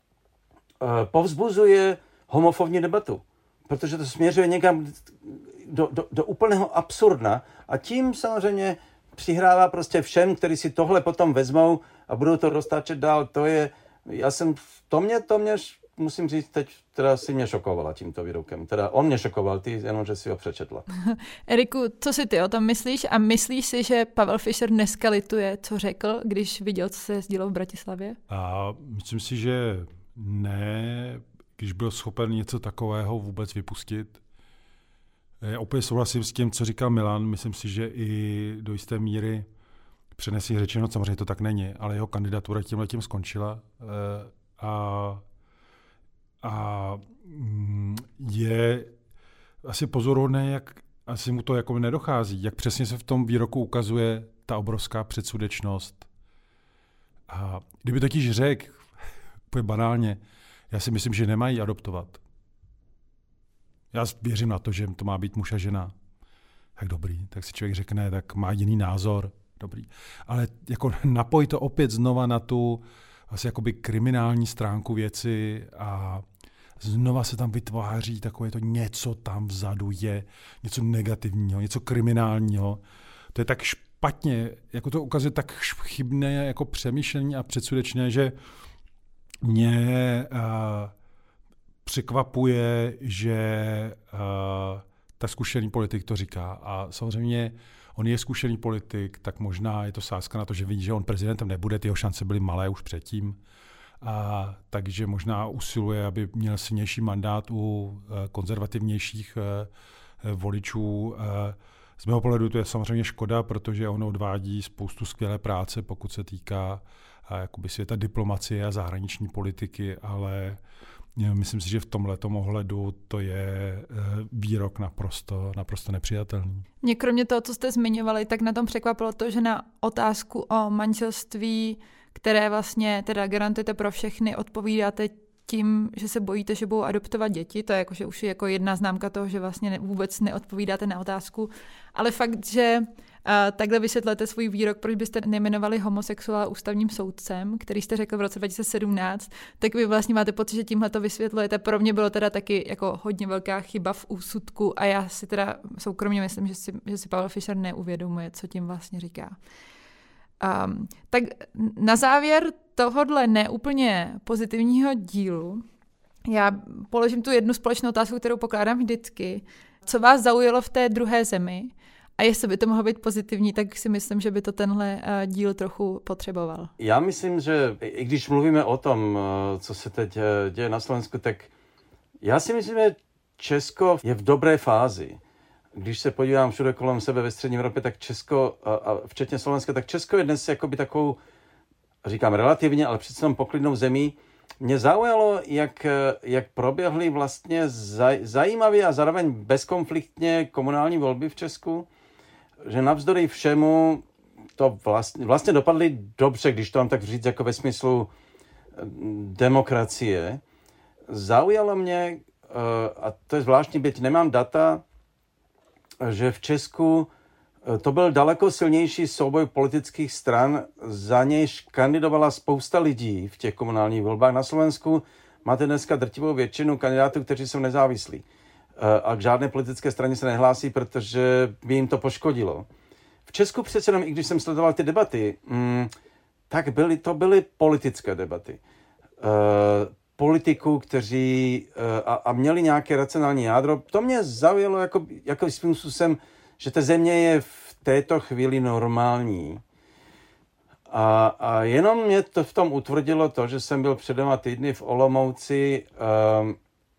povzbuzuje homofobní debatu, protože to směřuje někam do, do, do úplného absurdna a tím samozřejmě přihrává prostě všem, kteří si tohle potom vezmou a budou to roztáčet dál. To je, já jsem, to mě, to mě, musím říct, teď teda si mě šokovala tímto výrokem. Teda on mě šokoval, ty jenom, že si ho přečetla. Eriku, co si ty o tom myslíš a myslíš si, že Pavel Fischer dneska lituje, co řekl, když viděl, co se dělo v Bratislavě? A myslím si, že ne, když byl schopen něco takového vůbec vypustit. Já opět souhlasím s tím, co říkal Milan. Myslím si, že i do jisté míry přenesí řečeno, samozřejmě to tak není, ale jeho kandidatura tímhletím skončila. A, a je asi pozoruhodné, jak asi mu to jako nedochází, jak přesně se v tom výroku ukazuje ta obrovská předsudečnost. A kdyby totiž řekl, úplně banálně, já si myslím, že nemají adoptovat. Já věřím na to, že to má být muž a žena. Tak dobrý, tak si člověk řekne, tak má jiný názor, dobrý. Ale jako napoj to opět znova na tu asi jakoby kriminální stránku věci a znova se tam vytváří takové to něco tam vzadu je, něco negativního, něco kriminálního. To je tak špatně, jako to ukazuje tak chybné jako přemýšlení a předsudečné, že mě uh, překvapuje, že uh, ta zkušený politik to říká. A samozřejmě on je zkušený politik, tak možná je to sázka na to, že vidí, že on prezidentem nebude, ty jeho šance byly malé už předtím. A takže možná usiluje, aby měl silnější mandát u uh, konzervativnějších uh, voličů. Uh, z mého pohledu to je samozřejmě škoda, protože on odvádí spoustu skvělé práce, pokud se týká uh, jakoby světa diplomacie a zahraniční politiky, ale myslím si, že v tomhletom ohledu to je výrok naprosto, naprosto nepřijatelný. Mě kromě toho, co jste zmiňovali, tak na tom překvapilo to, že na otázku o manželství, které vlastně teda garantujete pro všechny, odpovídáte tím, že se bojíte, že budou adoptovat děti. To je jako, že už je jako jedna známka toho, že vlastně vůbec neodpovídáte na otázku. Ale fakt, že uh, takhle vysvětlete svůj výrok, proč byste nejmenovali homosexuála ústavním soudcem, který jste řekl v roce dva tisíce sedmnáct, tak vy vlastně máte pocit, že tímhle to vysvětlujete. Pro mě bylo teda taky jako hodně velká chyba v úsudku a já si teda soukromně myslím, že si, že si Pavel Fischer neuvědomuje, co tím vlastně říká. Um, tak na závěr tohodle neúplně pozitivního dílu já položím tu jednu společnou otázku, kterou pokládám vždycky. Co vás zaujalo v té druhé zemi? A jestli by to mohlo být pozitivní, tak si myslím, že by to tenhle uh, díl trochu potřeboval. Já myslím, že i když mluvíme o tom, co se teď děje na Slovensku, tak já si myslím, že Česko je v dobré fázi. když se podívám všude kolem sebe ve střední Evropě, tak Česko, a, a včetně Slovenska, tak Česko je dnes jakoby takovou, říkám relativně, ale přece jenom poklidnou zemí. Mě zaujalo, jak, jak proběhly vlastně zaj, zajímavě a zároveň bezkonfliktně komunální volby v Česku, že navzdory všemu to vlastně, vlastně dopadly dobře, když to mám tak říct, jako ve smyslu demokracie. Zaujalo mě, a to je zvláštní, byť nemám data, že v Česku to byl daleko silnější souboj politických stran, za nějž kandidovala spousta lidí v těch komunálních volbách. Na Slovensku máte dneska drtivou většinu kandidátů, kteří jsou nezávislí. A k žádné politické straně se nehlásí, protože by jim to poškodilo. V Česku přece jenom, i když jsem sledoval ty debaty, tak byly, to byly politické debaty. Politiků, kteří a, a měli nějaké racionální jádro. To mě zaujalo jako, jako svým způsobem, že ta země je v této chvíli normální. A, a jenom mě to v tom utvrdilo to, že jsem byl před dvěma týdny v Olomouci um,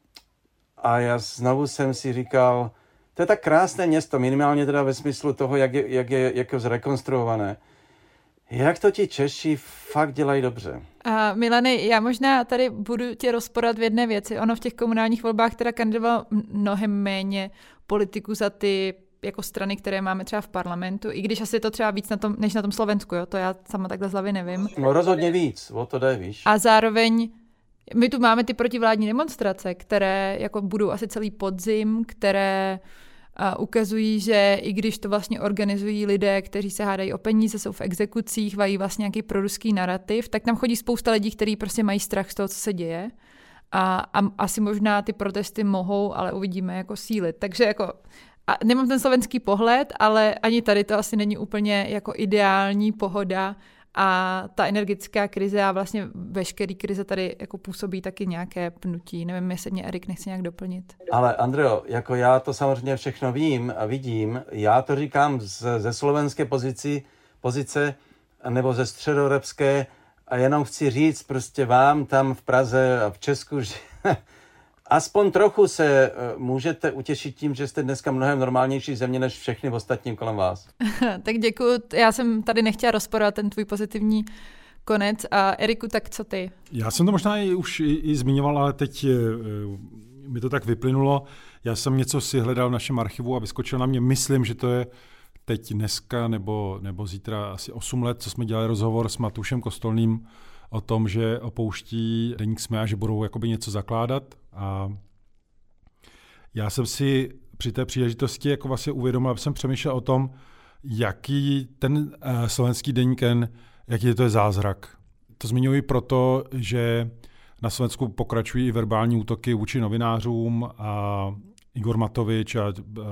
a já znovu jsem si říkal, to je tak krásné město, minimálně teda ve smyslu toho, jak je, jak je, jak je zrekonstruované. Jak to ti Češi fakt dělají dobře. A Milane, já možná tady budu tě rozporat v jedné věci. Ono v těch komunálních volbách teda kandidovalo mnohem méně politiků za ty jako strany, které máme třeba v parlamentu, i když asi je to třeba víc na tom, než na tom Slovensku, jo? To já sama takhle z hlavy nevím. No rozhodně víc, o to jde, víš. A zároveň my tu máme ty protivládní demonstrace, které jako budou asi celý podzim, které a ukazují, že i když to vlastně organizují lidé, kteří se hádají o peníze, jsou v exekucích, mají vlastně nějaký proruský narrativ, tak tam chodí spousta lidí, kteří prostě mají strach z toho, co se děje. A, a asi možná ty protesty mohou, ale uvidíme, jako sílit. Takže jako a nemám ten slovenský pohled, ale ani tady to asi není úplně jako ideální pohoda a ta energetická krize a vlastně veškerý krize tady jako působí taky nějaké pnutí. Nevím, jestli mě Erik nechce nějak doplnit. Ale Andreo, jako já to samozřejmě všechno vím a vidím, já to říkám z, ze slovenské pozici, pozice nebo ze středoevropské a jenom chci říct prostě vám tam v Praze a v Česku, že aspoň trochu se uh, můžete utěšit tím, že jste dneska mnohem normálnější země než všechny ostatní kolem vás. Tak děkuju. Já jsem tady nechtěla rozporovat ten tvůj pozitivní konec. A Eriku, tak co ty? Já jsem to možná i, už i, i zmiňoval, ale teď uh, mi to tak vyplynulo. Já jsem něco si hledal v našem archivu a vyskočil na mě. Myslím, že to je teď dneska nebo, nebo zítra asi osm let, co jsme dělali rozhovor s Matušem Kostolným o tom, že opouští deník SME a že budou jakoby něco zakládat. A já jsem si při té příležitosti jako vlastně uvědomil, jsem přemýšlel o tom, jaký ten uh, slovenský deník N, jaký to je zázrak. To zmiňuji proto, že na Slovensku pokračují i verbální útoky vůči novinářům a Igor Matovič a uh, uh,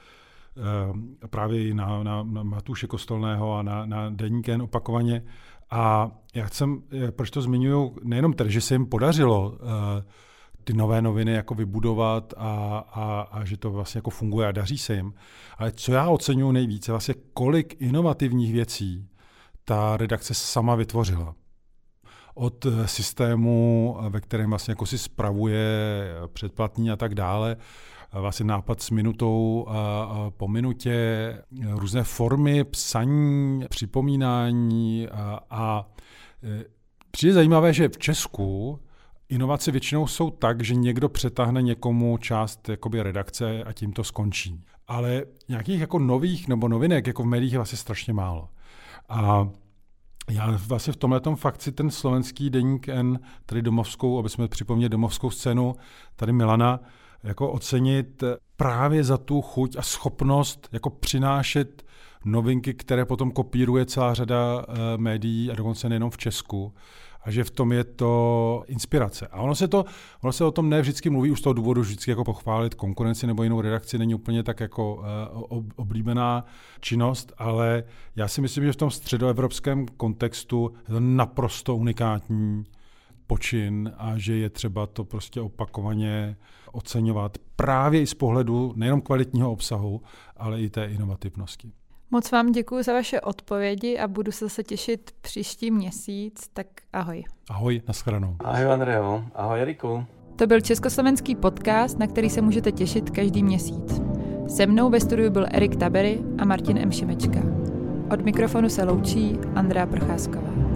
právě na, na, na Matuše Kostolného a na, na deník N opakovaně. A já chcem, proč to zmiňuji, nejenom tedy, že se jim podařilo uh, ty nové noviny jako vybudovat a, a, a že to vlastně jako funguje a daří se jim, ale co já oceňuji nejvíce, vlastně kolik inovativních věcí ta redakce sama vytvořila. Od systému, ve kterém vlastně jako si spravuje předplatný a tak dále, vlastně nápad s minutou a, a po minutě, různé formy psaní, připomínání a, a přijde zajímavé, že v Česku inovace většinou jsou tak, že někdo přetáhne někomu část jakoby redakce a tím to skončí. Ale nějakých jako nových nebo novinek jako v médiích je vlastně strašně málo. A já vlastně v tomhletom fakt si ten slovenský deník N, tady domovskou, aby jsme připomněli domovskou scénu, tady Milana, jako ocenit právě za tu chuť a schopnost jako přinášet novinky, které potom kopíruje celá řada uh, médií a dokonce nejenom v Česku. A že v tom je to inspirace. A ono se, to, ono se o tom ne vždycky mluví už z toho důvodu, že vždycky jako pochválit konkurenci nebo jinou redakci není úplně tak jako uh, oblíbená činnost, ale já si myslím, že v tom středoevropském kontextu je to naprosto unikátní počin a že je třeba to prostě opakovaně oceňovat právě i z pohledu nejenom kvalitního obsahu, ale i té inovativnosti. Moc vám děkuji za vaše odpovědi a budu se zase těšit příští měsíc, tak ahoj. Ahoj, nashledanou. Ahoj Andreo, ahoj Eriku. To byl československý podcast, na který se můžete těšit každý měsíc. Se mnou ve studiu byl Erik Tabery a Martin M. Šimečka. Od mikrofonu se loučí Andrea Procházková.